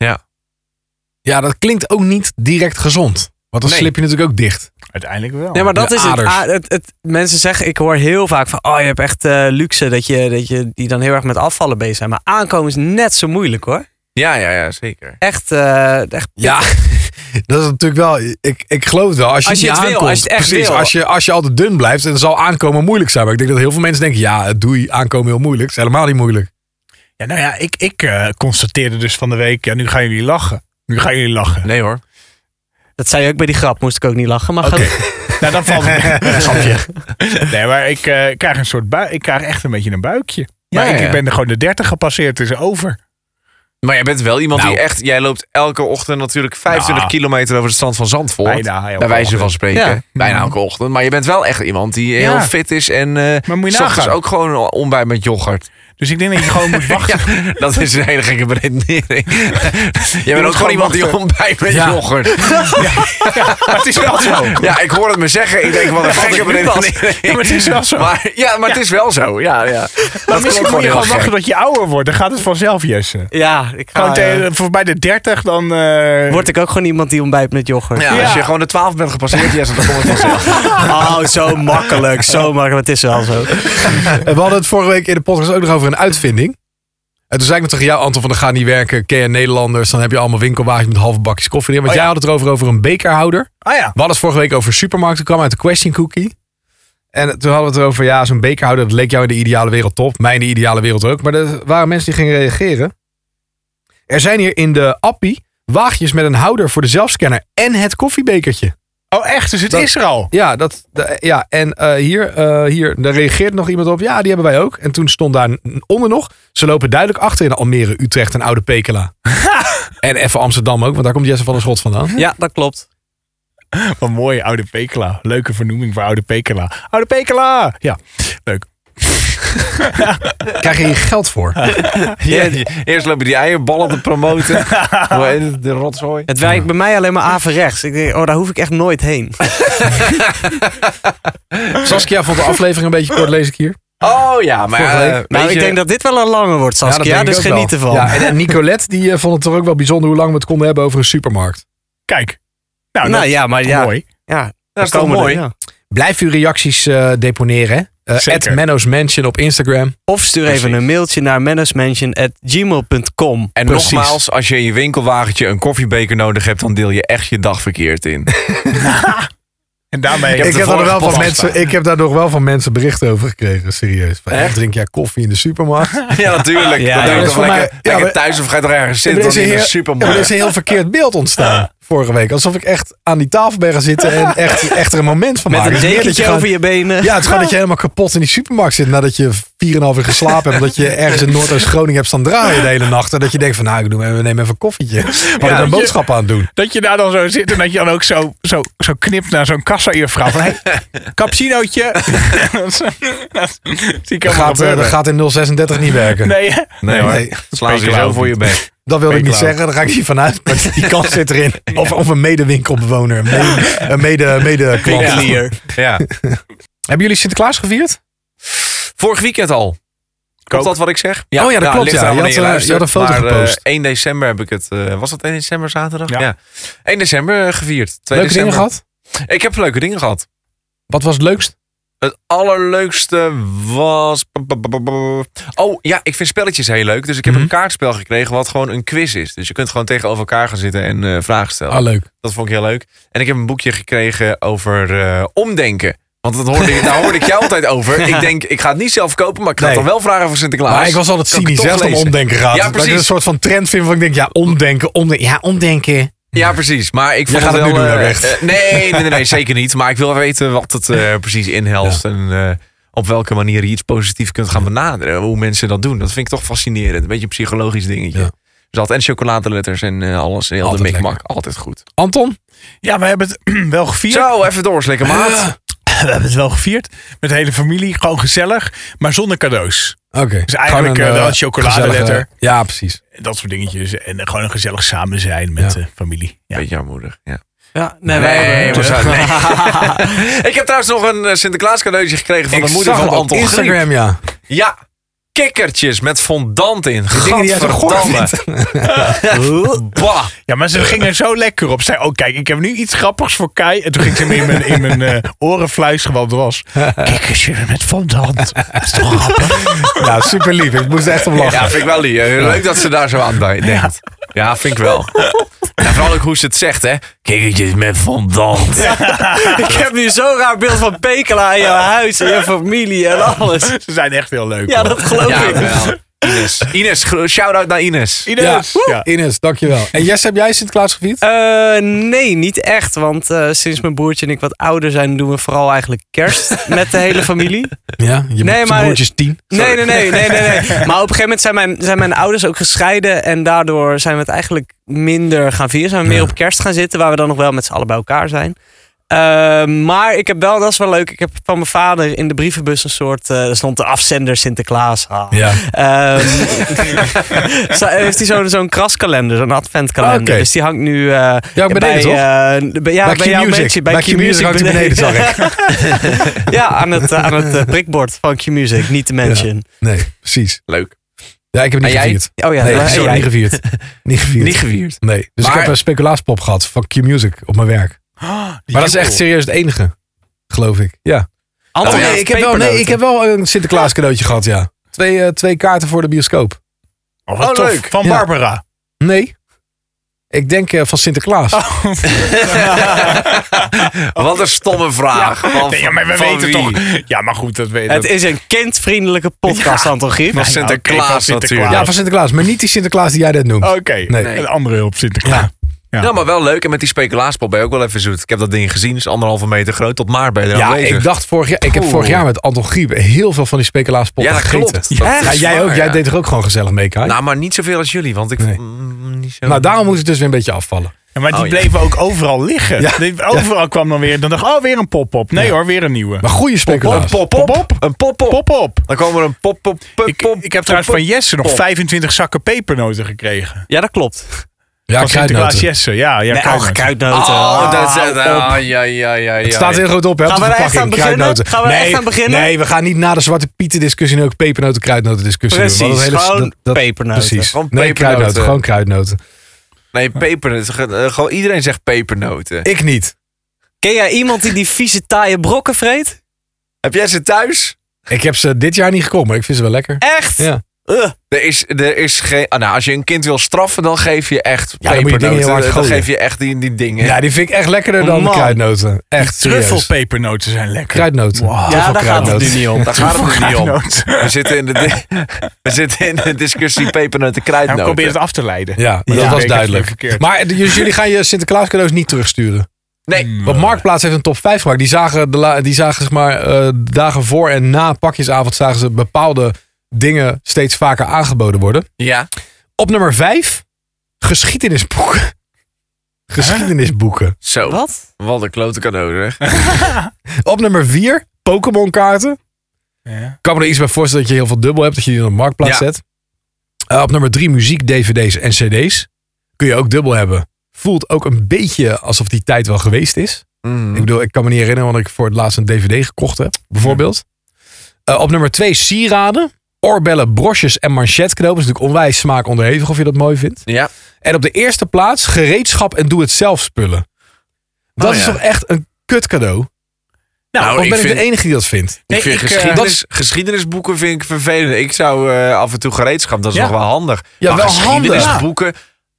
Ja, dat klinkt ook niet direct gezond. Want dan Nee. slip je natuurlijk ook dicht. Uiteindelijk wel. Nee, maar dat de is het, aders. Ah, het, het. Mensen zeggen, ik hoor heel vaak van, oh, je hebt echt uh, luxe dat je, dat je die dan heel erg met afvallen bezig zijn. Maar aankomen is net zo moeilijk hoor. Ja, ja, ja, zeker. Echt, uh, echt Ja, dat is natuurlijk wel... Ik, ik geloof het wel. Als je, Als je niet het wil, aankomt, als je het echt precies, wil. Als je, als je altijd dun blijft, dan zal aankomen moeilijk zijn. Maar ik denk dat heel veel mensen denken, ja, doei, aankomen heel moeilijk. Het is helemaal niet moeilijk. Ja, nou ja, ik, ik uh, constateerde dus van de week, ja, nu gaan jullie lachen. Nu gaan jullie lachen. Nee hoor. Dat zei je ook bij die grap, moest ik ook niet lachen. Maar Oké. okay. Nou, dan valt het grapje. Nee, maar ik uh, krijg een soort buik. Ik krijg echt een beetje een buikje. Maar Ja, ik, ja. ik ben er gewoon de dertig gepasseerd, het is over. Maar jij bent wel iemand Nou. die echt... Jij loopt elke ochtend natuurlijk vijfentwintig Nou. kilometer over de strand van Zandvoort. Bijna, ja, bij wijze van wel. spreken. Ja. Bijna elke ochtend. Maar je bent wel echt iemand die heel Ja. fit is. En uh, Maar moet je s ochtends nagaan. ook gewoon ontbijt met yoghurt. Dus ik denk dat je gewoon moet wachten. Ja, dat is een hele gekke beredenering. Jij bent ook moet gewoon gewoon iemand die wachten. ontbijt met Ja. yoghurt. Maar het is wel zo. Ja, ik hoor het me zeggen. Ik denk, wat een gekke beredenering. Ja, maar het is wel zo. Maar, ja, maar het is wel zo. Ja, ja. Maar Dat misschien klopt moet je heel gewoon gek. wachten tot je ouder wordt. Dan gaat het vanzelf, Jesse. Ja, ik ga, Gewoon uh, tegen, voorbij de dertig, dan... Uh, word ik ook gewoon iemand die ontbijt met yoghurt. Ja, Ja. als je gewoon de twaalf bent gepasseerd, yes, dan komt het vanzelf. Oh, zo makkelijk, zo makkelijk. Het is wel zo. En we hadden het vorige week in de podcast ook nog over een uitvinding. En toen zei ik nog tegen jou, Anton, van dat gaat niet werken. Ken je Nederlanders, dan heb je allemaal winkelwagens met halve bakjes koffie erin. Want Oh, ja. jij had het erover over een bekerhouder. ah ja. We hadden het vorige week over supermarkten, kwam uit de question cookie. En toen hadden we het erover, ja, zo'n bekerhouder, dat leek jou in de ideale wereld top. Mij in de ideale wereld ook. Maar er waren mensen die gingen reageren. Er zijn hier in de appie waagjes met een houder voor de zelfscanner en het koffiebekertje. Oh echt, dus het Dat- is er al. Ja, dat, de- ja en uh, hier, uh, hier, daar reageert nog iemand op. Ja, die hebben wij ook. En toen stond daar onder nog, ze lopen duidelijk achter in Almere, Utrecht en Oude Pekela. En even Amsterdam ook, want daar komt Jesse van der Schot vandaan. Ja, dat klopt. Wat mooi, Oude Pekela. Leuke vernoeming voor Oude Pekela. Oude Pekela! Ja, leuk. Krijg je hier geld voor? Ja, eerst lopen die eierballen te promoten. Hoe heet het? De rotzooi. Het werkt bij mij alleen maar averechts. Ik denk, oh, daar hoef ik echt nooit heen. Saskia vond de aflevering een beetje kort, lees ik hier. Oh ja, maar Vorige uh, week. Nou, weet ik je- denk dat dit wel een lange wordt, Ja, dat Saskia. denk ik Dus ook geniet wel. ervan. Ja, en, en Nicolette die uh, vond het toch ook wel bijzonder hoe lang we het konden hebben over een supermarkt. Kijk. Nou, nou dat ja, maar is ja. mooi. ja Dat is toch komen er, mooi? ja. Blijf uw reacties uh, deponeren. Uh, Zeker. at Menno's Mansion op Instagram. Of stuur Precies. even een mailtje naar mennosmansion at gmail punt com. En Precies. nogmaals, als je in je winkelwagentje een koffiebeker nodig hebt, dan deel je echt je dag verkeerd in. En daarmee... heb Ik de heb, daar nog wel vorige van podcast mensen, ik heb daar nog wel van mensen berichten over gekregen, serieus. Van, Echt? drink jij koffie in de supermarkt? Ja, natuurlijk. Ja, dan ja, doe je dat is toch voor mij- lekker, ja, lekker maar- thuis of ga je toch ergens Ja, zitten maar er dan is in een een heel- ja, maar er supermarkt. is een heel verkeerd beeld ontstaan vorige week. Alsof ik echt aan die tafel ben gaan zitten en echt, echt er een moment van Met maak. een Het is meer dat je dekentje gewoon- over je benen. Ja, het is gewoon dat je helemaal kapot in die supermarkt zit nadat je vier en een half uur geslapen hebt. Omdat je ergens in Noordoost-Groningen hebt staan draaien de hele nacht. En dat je denkt van nou, ik doe, we nemen even een koffietje. We hadden dat een je- boodschap aan het doen. Dat je daar dan zo zit en dat je dan ook zo, zo, zo knipt naar zo'n kassa-juffrouw. Van, hey, cappuccinootje. dat zie ik Dat helemaal gaat, eh, gebeuren. dat gaat in nul zesendertig niet werken. Nee, hè? Nee hoor, Nee. slaan ze je Pekelauw zo voor je bek. Dat wilde ik niet Pekelauw. zeggen, daar ga ik niet vanuit. Maar die kans zit erin. Of, of een medewinkelbewoner, een mede, een mede, mede klant. Winkelier. Ja. Hebben jullie Sinterklaas gevierd? Vorig weekend al. Klopt dat wat ik zeg? Oh ja, dat klopt, ligt ja. eraan Je wanneer had, eh, luistert. je had een foto Maar, eh, gepost. één december heb ik het... eh, was dat één december zaterdag? Ja. één december gevierd. twee Leuke dingen december. gehad? Ik heb leuke dingen gehad. Wat was het leukst? Het allerleukste was... Oh ja, ik vind spelletjes heel leuk. Dus ik heb Mhm. een kaartspel gekregen wat gewoon een quiz is. Dus je kunt gewoon tegenover elkaar gaan zitten en eh, vragen stellen. Ah, leuk. Dat vond ik heel leuk. En ik heb een boekje gekregen over eh, omdenken. Want dat hoorde, ik- daar hoorde ik jou altijd over. Ik denk, ik ga het niet zelf kopen, maar ik ga Nee. het dan wel vragen voor Sinterklaas. Maar ik was altijd Kan ik cynisch het hè, als toch het om lezen? omdenken gaat. Ja, Dat ik precies. een soort van trend vind van ik denk, ja, omdenken, omdenken. Ja, omdenken. Ja, precies. Maar ik Jij vond gaat het wel, nu doen, eh, ook echt. eh, nee, nee, nee, nee, zeker niet. Maar ik wil weten wat het eh, precies inhelst. En eh, op welke manier je iets positiefs kunt gaan benaderen. Hoe mensen dat doen. Dat vind ik toch fascinerend. Een beetje een psychologisch dingetje. Ja. zat. En chocoladeletters en uh, alles. En heel Altijd de mikmak. lekker. Altijd goed. Anton? Ja, we hebben het wel gevierd. Zo, even doorslikken, maat. We hebben het wel gevierd. Met de hele familie. Gewoon gezellig. Maar zonder cadeaus. Oké. Okay. Dus eigenlijk een, uh, uh, chocoladeletter. Ja, precies. Dat soort dingetjes. En uh, gewoon een gezellig samen zijn met de Ja. uh, familie. Ja. Beetje armoedig, ja. Ja, nee, Nee, wij we zijn- nee. Ik heb trouwens nog een uh, Sinterklaas cadeautje gekregen van Ik de moeder zag van het op Anton Instagram, Griep. ja. Ja, kikkertjes met fondant in. Die dingen die jij zo goor Gadverdamme. Bah. Ja, maar ze gingen zo lekker op. Ze zei, oh kijk, ik heb nu iets grappigs voor Kai. En toen ging ze me in mijn, in mijn uh, oren fluisteren wat het was. Kikkertje met fondant. Dat is toch grappig? Ja, super lief. Ik moest er echt om lachen. Ja, vind ik wel lief. Leuk dat ze daar zo aan denkt. Ja, vind ik wel. En vooral ook hoe ze het zegt, hè. Kikkertjes met fondant. Ik heb nu zo'n raar beeld van Pekela in jouw huis en je familie en alles. Ze zijn echt heel leuk. Ja, hoor. dat geloof Ja, ik. wel. Ines. Ines, shout-out naar Ines. Ines. Ja. Ja. Ines, dankjewel. En Jess, heb jij Sinterklaas gevierd? Uh, nee, niet echt. Want uh, sinds mijn broertje en ik wat ouder zijn, doen we vooral eigenlijk kerst met de hele familie. Ja, je Nee, maar- broertje is tien. Nee, nee, nee, nee, nee, nee. Maar op een gegeven moment zijn mijn, zijn mijn ouders ook gescheiden. En daardoor zijn we het eigenlijk minder gaan vieren. Zijn we meer Ja. op kerst gaan zitten, waar we dan nog wel met z'n allen bij elkaar zijn. Uh, maar ik heb wel, dat is wel leuk. Ik heb van mijn vader in de brievenbus een soort. Uh, er stond de afzender Sinterklaas. Ah. Ja. Um, zo- heeft hij zo'n zo'n kraskalender, zo'n adventkalender. Oké. Dus die hangt nu. Uh, Ja, ook beneden, bij, toch? uh, bij, ja, bij bij jouw Q-Music. mensen, Bij Q-Music hangt hij beneden, zag ik. Ja, aan het, uh, aan het uh, prikbord van Q-Music, niet te mention. Nee, precies. Leuk. Ja, ik heb het niet En jij? gevierd. Oh ja, Nee, dat- sorry, jij- niet gevierd. Niet gevierd. Niet gevierd. Nee. Dus Maar- ik heb een speculaaspop gehad van Q-Music op mijn werk. Maar dat is echt serieus het enige. Geloof ik. Ja. Anton Oh, ja, heeft nee, ik heb wel, nee, pepernoten. ik heb wel een Sinterklaas cadeautje gehad, ja. Twee, uh, twee kaarten voor de bioscoop. Oh, wat Oh, tof. leuk. Van Ja. Barbara. Nee. Ik denk uh, van Sinterklaas. Wat een stomme vraag. Van, Nee, ja, maar we van weten wie? toch. Ja, maar goed, dat weet Het ik. is een kindvriendelijke podcast, Anton Griep. Van Ja, Sinterklaas oké, van Sinterklaas. natuurlijk. Ja, van Sinterklaas. Maar niet die Sinterklaas die jij net noemt. Oké, Nee. een andere hulp Sinterklaas. Ja. Ja. Ja, maar wel leuk. En met die speculaaspop ben je ook wel even zoet. Ik heb dat ding gezien. is anderhalve meter groot. Tot maart ben je er Ja, aanwezig. ik dacht vorig jaar. Ik heb Oeh. vorig jaar met Anton Griep heel veel van die speculaaspop Ja, dat gegeten. klopt. Ja, Dat is jij waar, ook. Jij ja. deed er ook gewoon gezellig mee, Kai. Nou, maar niet zoveel als jullie. Want ik Nee. mm, niet zo... Nou, daarom moest het dus weer een beetje afvallen. Ja, maar die Oh, ja. bleven ook overal liggen. Ja. Die- Overal kwam dan weer. Dan dacht ik, oh, weer een pop-op. Nee Ja. hoor, weer een nieuwe. Maar goede Een speculaas. pop-op. Een pop-op. Pop-op. Dan komen er een pop-op. Ik, pop- ik heb trouwens pop- van Jesse nog pop. vijfentwintig zakken pepernoten gekregen. Ja, dat klopt. Ja, Van Sinterklaas kruidnoten. Jesse. Ja, ja Nee, kruidnoten. ach, kruidnoten. Oh, Ah, dat is het. op. Oh, ja, ja, ja, Het ja. staat heel groot op, hè, op Gaan de we er echt verpakking. aan beginnen? Kruidnoten. Gaan we er nee, echt aan beginnen? Nee, we gaan niet na de Zwarte Pieten discussie nu ook pepernoten, kruidnoten discussie doen. Precies, Want dat hele- gewoon dat- dat- pepernoten. Precies. Gewoon Nee, pepernoten. kruidnoten. Gewoon kruidnoten. Nee, pepernoten. Uh, gewoon iedereen zegt pepernoten. Ik niet. Ken jij iemand die die vieze taaie brokken vreet? Heb jij ze thuis? Ik heb ze dit jaar niet gekomen, maar ik vind ze wel lekker. Echt? Ja. Ugh. Er is, er is geen... Ah, nou, als je een kind wil straffen, dan geef je echt Ja, dan moet je dingen heel pepernoten. hard Dan gooien. geef je echt die, die dingen. Ja, die vind ik echt lekkerder dan Man. kruidnoten. Echt serieus. Truffelpepernoten zijn lekker. Kruidnoten. Wow. Te Ja, veel daar gaat het kruidnoten. nu niet om. Daar gaat het nu niet om. Kruidnoten. We zitten in de, di- we zitten in de discussie pepernoten, Ja, kruidnoten. probeer het af te leiden. Ja, maar Ja, dat was ik heb duidelijk. het verkeerd. Maar dus jullie gaan je Sinterklaas cadeaus niet terugsturen. Nee. Want Marktplaats heeft een top vijf gemaakt. Die zagen, de la- die zagen zeg maar, eh, dagen voor en na pakjesavond zagen ze bepaalde dingen steeds vaker aangeboden worden. Ja. Op nummer vijf, geschiedenisboeken. Geschiedenisboeken. Zo. Wat? Wat een klote cadeau, zeg. Op nummer vier, Pokémon kaarten. Ja. Ik kan me er iets bij voorstellen dat je heel veel dubbel hebt. Dat je die op de Marktplaats Ja. zet. Uh, op nummer drie, muziek, D V D's en C D's. Kun je ook dubbel hebben. Voelt ook een beetje alsof die tijd wel geweest is. Mm. Ik bedoel, ik kan me niet herinneren wanneer ik voor het laatst een D V D gekocht heb. Bijvoorbeeld. Uh, op nummer twee, sieraden. Oorbellen, brosjes en manchetknopen. Dat is natuurlijk onwijs smaak onderhevig of je dat mooi vindt. Ja. En op de eerste plaats, gereedschap en doe-het-zelf spullen. Dat Oh, is ja. toch echt een kut cadeau? Nou, of ik ben ik vind- de enige die dat vindt? Nee, ik vind ik, eh, geschiedenis, dat geschiedenisboeken vind ik vervelend. Ik zou eh, af en toe gereedschap, dat is Ja. nog wel handig. Ja, Maar wel handig. geschiedenisboeken...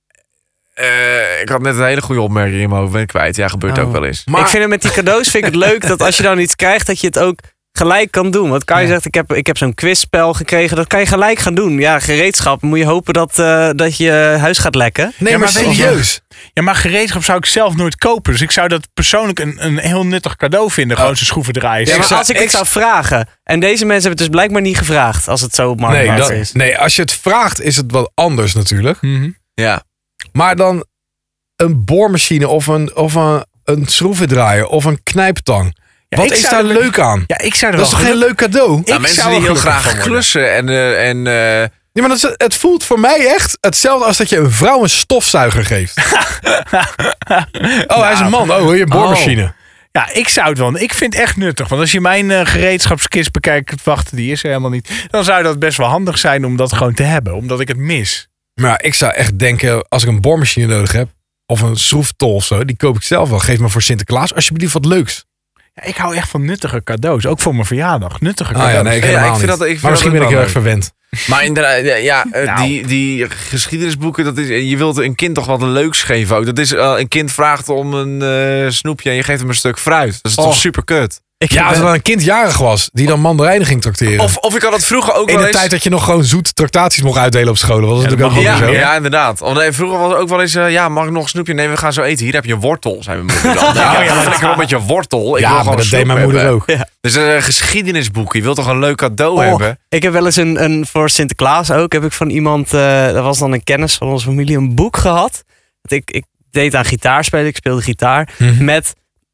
eh, ik had net een hele goede opmerking in mijn hoofd, ben ik kwijt. Ja, gebeurt Oh. ook wel eens. Maar Ik vind het met die cadeaus vind ik het leuk dat als je dan iets krijgt, dat je het ook gelijk kan doen. Want Kai Ja. zegt, ik heb, ik heb zo'n quizspel gekregen. Dat kan je gelijk gaan doen. Ja, gereedschap. Moet je hopen dat, eh, dat je huis gaat lekken. nee, Ja, maar maar weet je- serieus. Ja, maar gereedschap zou ik zelf nooit kopen. Dus ik zou dat persoonlijk een, een heel nuttig cadeau vinden. Gewoon zijn schroevendraaiers. Ja, maar zou- als ik ik het zou vragen. En deze mensen hebben het dus blijkbaar niet gevraagd. Als het zo op Nee, marktplaats dat- is. nee, als je het vraagt is het wat anders natuurlijk. Mhm. Ja. Maar dan een boormachine of een, of een, een schroevendraaier of een knijptang. Ja, Wat ik is zou daar er- leuk aan? Ja, ik zou er Dat is wel toch geen geluk- leuk cadeau? Nou, Ik mensen zou die er heel gelukkig graag van worden. klussen en... eh, en eh, Ja, maar dat is, het voelt voor mij echt hetzelfde als dat je een vrouw een stofzuiger geeft. Oh, hij is een man. Oh, wil je een boormachine? Ja, ik zou het wel. Ik vind het echt nuttig. Want als je mijn uh, gereedschapskist bekijkt, wacht, die is er helemaal niet. Dan zou dat best wel handig zijn om dat gewoon te hebben. Omdat ik het mis. Maar ja, ik zou echt denken, als ik een boormachine nodig heb, of een schroeftol of zo, die koop ik zelf wel. Geef me voor Sinterklaas alsjeblieft wat leuks. Ja, ik hou echt van nuttige cadeaus. Ook voor mijn verjaardag. Nuttige Ah cadeaus. ja, nee, ik Ja, helemaal ik vind niet. dat- ik vind maar misschien dat ben ik ook heel wel erg verwend. Maar inderdaad, ja, ja eh, Nou. die, die geschiedenisboeken, dat is, je wilt een kind toch wat een leuks geven ook. Dat is, uh, een kind vraagt om een uh, snoepje en je geeft hem een stuk fruit. Dat is Oh. toch super kut. Ik Ja, als ben- er dan een kind jarig was, die dan mandarijnen ging tracteren. Of, of ik had het vroeger ook in wel de eens... tijd dat je nog gewoon zoet tractaties mocht uitdelen op scholen. Was het Ja, natuurlijk ook dat niet mag meer Ja, zo. ja, inderdaad. Of nee, vroeger was het ook wel eens, uh, ja, mag ik nog een snoepje? Nee, we gaan zo eten. Hier heb je een wortel, zei mijn moeder dan. Ja, ja, maar lekker op met je wortel. Ik Ja, wil maar gewoon dat snoep deed mijn moeder hebben. ook. Dus een geschiedenisboek. Je wilt toch een leuk cadeau Oh, hebben? ik heb wel eens een, een voor Sinterklaas ook, heb ik van iemand, uh, dat was dan een kennis van onze familie, een boek gehad. Ik, ik deed aan gitaarspelen, ik speelde gitaar, Mhm. met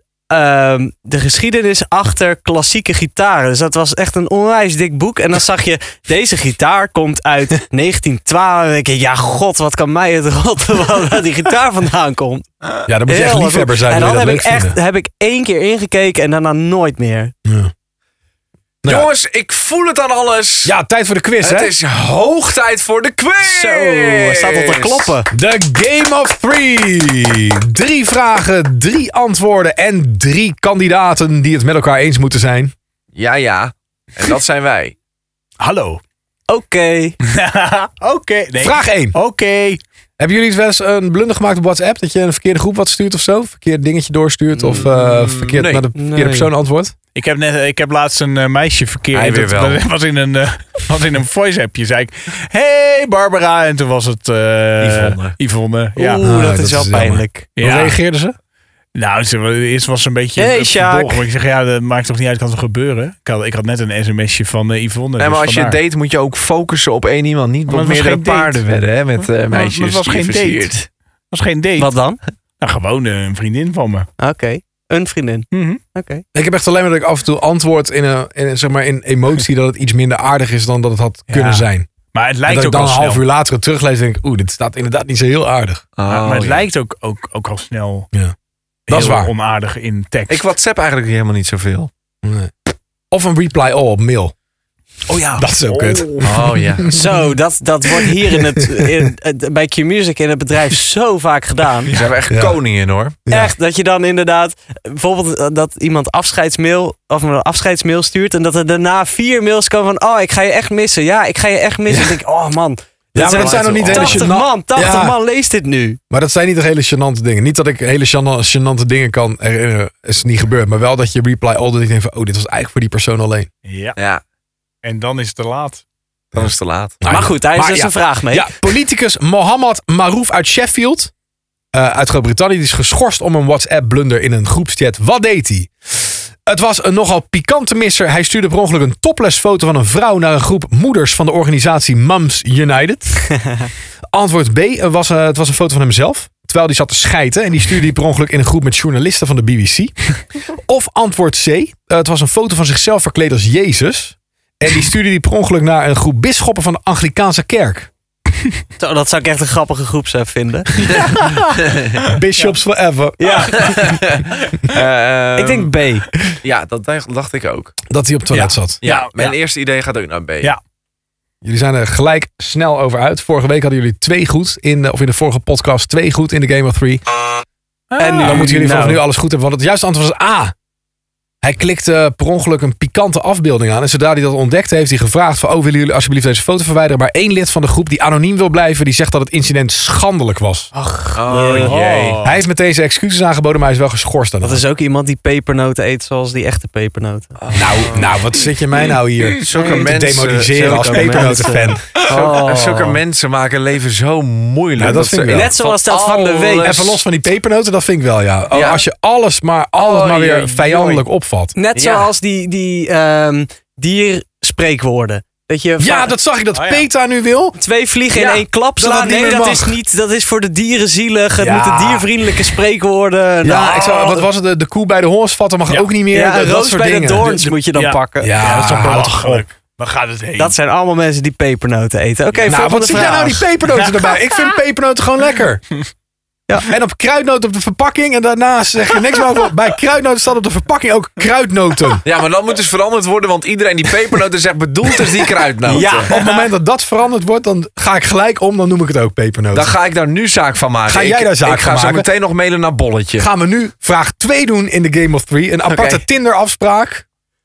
um, de geschiedenis achter klassieke gitaren. Dus dat was echt een onwijs dik boek. En dan zag je, deze gitaar komt uit negentien twaalf. En dan denk je, ja god, wat kan mij het rotten waar die gitaar vandaan komt. Ja, dan moet je echt Heel liefhebber goed. zijn. En wil dan je heb dat ik leuk echt vinden. heb ik één keer ingekeken en daarna nooit meer. Ja. Nou, Jongens, ik voel het aan alles. ja, tijd voor de quiz, Het hè? is hoog tijd voor de quiz. Zo, hij staat al te kloppen. De Game of Three. Drie vragen, drie antwoorden en drie kandidaten die het met elkaar eens moeten zijn. Ja, ja. En dat zijn wij. Hallo. Oké. Oké. Nee. Vraag één. Oké. Hebben jullie wel eens een blunder gemaakt op WhatsApp? Dat je een verkeerde groep wat stuurt of zo? Verkeerd dingetje doorstuurt of uh, verkeerd nee. naar de verkeerde Nee. persoon antwoordt? Ik heb, net, ik heb laatst een uh, meisje verkeerd. Hij weer dat, wel. dat was in een, uh, was in een voice-appje. Zei ik, hey Barbara. En toen was het uh, Yvonne. Yvonne. Ja. Oeh, Ah, dat, dat is wel is jammer. pijnlijk. Hoe Ja. reageerden ze? Nou, ze, eerst was ze een beetje Hey, uh, Sjaak. verbolgen. Maar ik zeg, ja, dat maakt toch niet uit, kan toch gebeuren? Ik had, ik had net een sms'je van uh, Yvonne. Nee, dus maar als je vandaar. date moet je ook focussen op één iemand. Niet Maar op het was meerdere geen date. paarden wedden hè, met uh, Maar meisjes. het was die je geen date. versiert. Dat was geen date. Wat dan? Nou, gewoon uh, een vriendin van me. Oké. Een vriendin. Mhm. Oké. Ik heb echt alleen maar dat ik af en toe antwoord in een, in, een, zeg maar, in emotie dat het iets minder aardig is dan dat het had Ja. kunnen zijn. Maar het En lijkt dat ik ook dan al een snel. half uur later het teruglees en denk ik, oeh, dit staat inderdaad niet zo heel aardig. Oh, maar maar het ja. lijkt ook, ook, ook al snel Ja. Dat is heel waar. onaardig in tekst. Ik WhatsApp eigenlijk helemaal niet zoveel. Nee. Of een reply all op mail. oh ja. Dat is ook kut. Oh ja. Zo, dat, dat wordt hier in het, in, het- bij Q-Music in het bedrijf zo vaak gedaan. Daar zijn we echt Ja. koningen hoor. Ja. Echt, dat je dan inderdaad, bijvoorbeeld eh, dat iemand afscheidsmail of een afscheidsmail stuurt en dat er daarna vier mails komen van, oh, ik ga je echt missen. Ja, ik ga je echt missen. Dan denk ik, oh man. Ja, maar dat zijn nog niet hele tachtig gênant- man, tachtig Ja. man leest dit nu. Maar dat zijn niet de hele gênante dingen. Niet dat ik hele gêna- gênante dingen kan herinneren. Is niet gebeurd. Maar wel dat je reply all, dat ik denk van, oh, dit was eigenlijk voor die persoon alleen. Ja. Ja, En dan is het te laat. dan is het te laat. Nou, Maar goed, daar is maar dus ja. een vraag mee. Ja, politicus Mohammed Maroof uit Sheffield, uh, uit Groot-Brittannië, die is geschorst om een WhatsApp-blunder in een groepschat. Wat deed hij? Het was een nogal pikante misser. Hij stuurde per ongeluk een topless foto van een vrouw naar een groep moeders van de organisatie Mums United. Antwoord B was, uh, het was een foto van hemzelf. Terwijl die zat te schijten. En die stuurde die per ongeluk in een groep met journalisten van de B B C. Of antwoord C. Uh, het was een foto van zichzelf verkleed als Jezus. En die stuurde die per ongeluk naar een groep bisschoppen van de Anglikaanse kerk. Zo, dat zou ik echt een grappige groepsapp vinden. Bishops forever. Ja, Eh, ik denk B. Ja, dat dacht dacht ik ook. Dat hij op het toilet Ja. zat. Ja, Ja, mijn ja. eerste idee gaat ook naar B. Ja. Jullie zijn er gelijk snel over uit. Vorige week hadden jullie twee goed. In, de- of in de vorige podcast twee goed in de Game of Three. En nu, Dan moeten jullie nou, vanaf nu alles goed hebben. Want het juiste antwoord was A. Hij klikte per ongeluk een pikante afbeelding aan. En zodra hij dat ontdekte, heeft hij gevraagd van, oh, willen jullie alsjeblieft deze foto verwijderen? Maar één lid van de groep die anoniem wil blijven, die zegt dat het incident schandelijk was. Oh jee. Oh. Hij heeft met deze excuses aangeboden, maar hij is wel geschorst daarna. Dat is ook iemand die pepernoten eet zoals die echte pepernoten. Nou, nou, wat zit je mij nou hier Zulke te mensen, demoniseren als zulke pepernotenfan? Oh. Zulke mensen maken leven zo moeilijk. Ja, dat vind ik wel. Net zoals dat van de week. alles- Even los van die pepernoten, dat vind ik wel, ja. Oh, Ja. Als je alles maar, alles Oh, maar weer jee, vijandelijk opvat. Net Ja. zoals die, die ehm, dierspreekwoorden. Dat je Ja, va- dat zag ik dat Oh, ja. PETA nu wil. twee vliegen Ja, in één klap dat dat slaan. niet Nee, meer dat mag. is niet. Dat is voor de dieren zielig. Het Ja. moeten diervriendelijke spreekwoorden. Ja, Nou, ik zou, wat was het? De, de koe bij de hoorns vatten mag Ja. ook niet meer. Ja, dat, een dat roos soort bij de dingen. doorns De- moet je dan ja. pakken. Ja, Ja, dat is toch houd belachelijk. Waar gaat het heen? Dat zijn allemaal mensen die pepernoten eten. Oké, Nou, volgende wat zie jij vraag. nou die pepernoten erbij? Ik vind pepernoten gewoon lekker. Ja. En op kruidnoten op de verpakking. En daarna zeg je niks meer over. Bij kruidnoten staat op de verpakking ook kruidnoten. Ja, maar dat moet dus veranderd worden, want iedereen die pepernoten zegt bedoelt is die kruidnoten. Ja. Op het moment dat dat veranderd wordt, dan ga ik gelijk om. Dan noem ik het ook pepernoten. Dan ga ik daar nu zaak van maken. Ga jij ik, daar zaak ik ga van zo maken? meteen nog mailen naar Bolletje. Gaan we nu vraag twee doen in de Game of Three. Een aparte Oké. Tinder afspraak.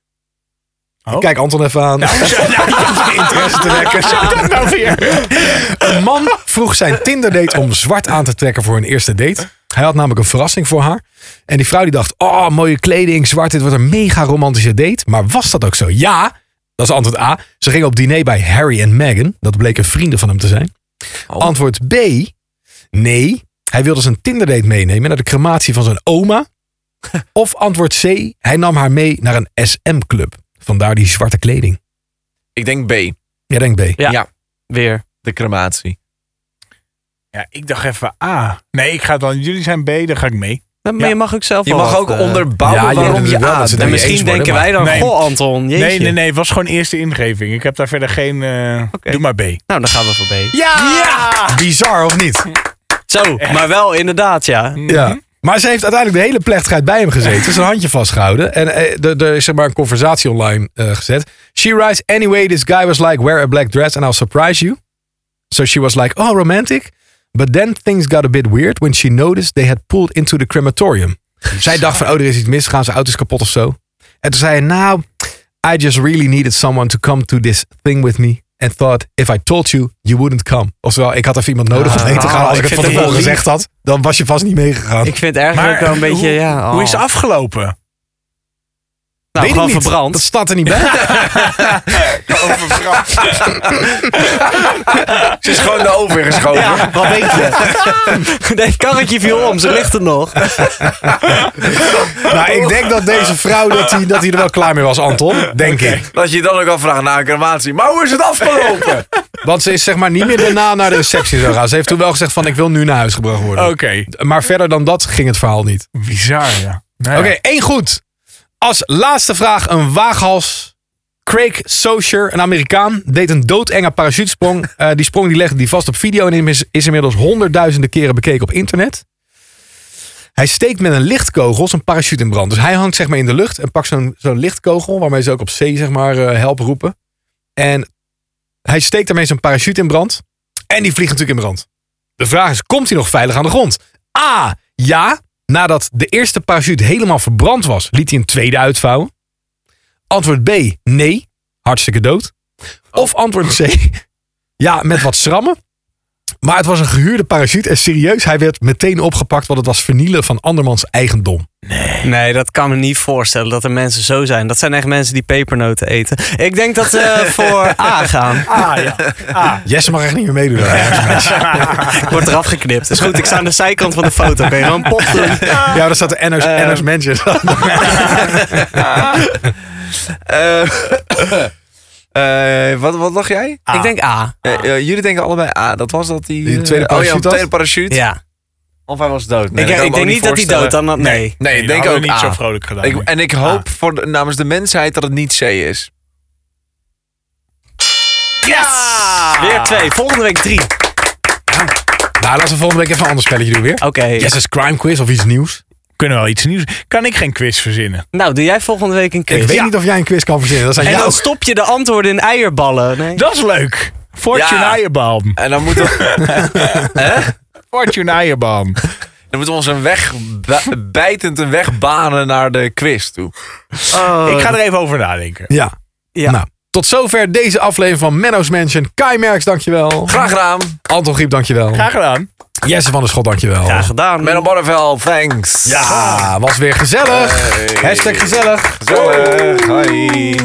Oh. Kijk Anton even aan. Interesse te wekken. nou weer. Een man vroeg zijn Tinder-date om zwart aan te trekken voor een eerste date. Hij had namelijk een verrassing voor haar. En die vrouw die dacht, oh, mooie kleding, zwart, dit wordt een mega romantische date. Maar was dat ook zo? Ja, dat is antwoord A. Ze gingen op diner bij Harry en Meghan. Dat bleken vrienden van hem te zijn. Oh. Antwoord B. Nee, hij wilde zijn Tinder-date meenemen naar de crematie van zijn oma. Of antwoord C. Hij nam haar mee naar een S M-club. Vandaar die zwarte kleding. Ik denk B. Jij denkt B. Ja. Ja. Weer. De crematie. Ja, ik dacht even A. Nee, ik ga dan. Jullie zijn B, dan ga ik mee. Maar Ja. je mag ook zelf Je wel mag wat, ook eh, onderbouwen ja, je waarom hebt je het wel, A dat ze En het denkt. mee misschien eens worden, denken wij dan, Nee. goh Anton, jeetje. Nee, nee, nee. Het was gewoon eerste ingeving. Ik heb daar verder geen. eh, Oké. Doe maar B. Nou, dan gaan we voor B. Ja! Bizar, of niet? Zo, maar wel inderdaad, ja. Ja. Maar ze heeft uiteindelijk de hele plechtigheid bij hem gezeten. Ze is een handje vastgehouden. En eh, er, er is zeg maar een conversatie online eh, gezet. She writes, anyway, this guy was like, wear a black dress and I'll surprise you. So she was like, oh, romantic. But then things got a bit weird when she noticed they had pulled into the crematorium. Zij dacht van, oh, er is iets misgegaan. Zijn auto is kapot of zo. En toen zei hij, nou, I just really needed someone to come to this thing with me. And thought, if I told you, you wouldn't come. Oftewel, ik had even iemand nodig om mee te gaan. Oh, Als ik, ik het van vind het tevoren wel gezegd had, dan was je vast niet meegegaan. Ik vind het eigenlijk Maar wel een beetje, hoe, ja. hoe is het oh. afgelopen? Nou, Weet ik gewoon niet. verbrand. Dat staat er niet bij. Ze is gewoon de oven geschoven. Ja, wat weet je? Nee, het karretje viel om, ze ligt er nog. Nou, ik denk dat deze vrouw dat hij dat hij er wel klaar mee was, Anton. Denk ik. Dat je dan ook afvraagt na een crematie. Maar hoe is het afgelopen? Want ze is zeg maar niet meer daarna naar de receptie zo gaan. Ze heeft toen wel gezegd van ik wil nu naar huis gebracht worden. Oké. Maar verder dan dat ging het verhaal niet. Bizar, ja. Nou Oké, ja. één goed. Als laatste vraag een waaghals. Craig Socher, een Amerikaan, deed een doodenge parachutesprong. Uh, die sprong die legde die vast op video en is, is inmiddels honderdduizenden keren bekeken op internet. Hij steekt met een lichtkogel zijn parachute in brand. Dus hij hangt zeg maar in de lucht en pakt zo'n zo'n lichtkogel waarmee ze ook op zee zeg maar uh, help roepen. En hij steekt daarmee zijn parachute in brand. En die vliegt natuurlijk in brand. De vraag is, komt hij nog veilig aan de grond? A, ja. Nadat de eerste parachute helemaal verbrand was, liet hij een tweede uitvouwen. Antwoord B, nee. Hartstikke dood. Of antwoord C, ja, met wat schrammen. Maar het was een gehuurde parachute. En serieus, hij werd meteen opgepakt, want het was vernielen van andermans eigendom. Nee, dat kan me niet voorstellen dat er mensen zo zijn. Dat zijn echt mensen die pepernoten eten. Ik denk dat we voor A gaan. Ah, ja. Ah. Jesse mag echt niet meer meedoen. Ik word eraf geknipt. Is goed, ik sta aan de zijkant van de foto. Kun je gewoon pop doen? Ja, daar staat de Enners, Uh, Enners Mansion. Uh, uh, wat, wat dacht jij? Ik denk A. Uh, uh, jullie denken allebei A. Dat was dat die... Die uh, tweede oh ja, parachute een tweede parachute. Ja. Of hij was dood. Nee, ik dat kan ik me ook denk niet dat hij dood dan. Nee. Nee, ik denk dat hadden ook we niet A. zo vrolijk gedaan. Ik, en ik hoop voor de, namens de mensheid dat het niet C is. Yes! Weer twee. Volgende week drie. Nou, laten we volgende week even een ander spelletje doen weer. Oké. Jesse's Crime Quiz of iets nieuws. Kunnen we wel iets nieuws. Kan ik geen quiz verzinnen? Nou, doe jij volgende week een quiz. Ik weet niet of jij een quiz kan verzinnen. Dat zijn En jouw... dan stop je de antwoorden in eierballen. Nee. Dat is leuk. Fortune Ja. eierbalm. En dan moeten we, Fortune eierbalm. dan moeten we ons een weg, b- bijtend een weg banen naar de quiz toe. Oh, Ik ga er even over nadenken. Ja. Ja. Nou, tot zover deze aflevering van Menno's Mansion. Kai Merks, dankjewel. Graag gedaan. Anton Griep, dankjewel. Graag gedaan. Jesse van der Schot, dankjewel. Graag gedaan. Menno Barneveld, thanks. Ja, was weer gezellig. Hey. Hashtag gezellig. Gezellig. Hoi.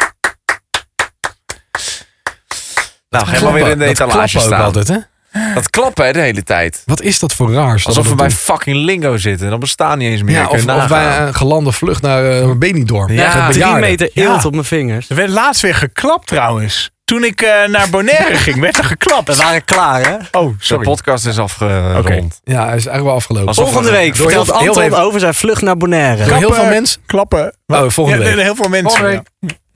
Nou, helemaal weer in de dat etalage klappen ook staan. altijd, hè? Dat klappen hè, de hele tijd. Wat is dat voor raars? Alsof we dat bij doen? fucking Lingo zitten. Dan bestaan niet eens meer. Ja, Kun je of, of nagaan. bij een gelande vlucht naar uh, Benidorm. Ja, Voor Drie bejaarden. meter Ja. eelt op mijn vingers. Er werd laatst weer geklapt trouwens. Toen ik uh, naar Bonaire ging, werd er geklapt. We waren klaar, hè? Oh, sorry. De podcast is afgerond. Okay. Ja, hij is eigenlijk wel afgelopen. Alsof Volgende week door vertelt heel, heel Anton even, over zijn vlucht naar Bonaire. door heel veel mensen. Klappen. Oh, volgende ja, week. Heel veel mensen. Volgende week. Ja.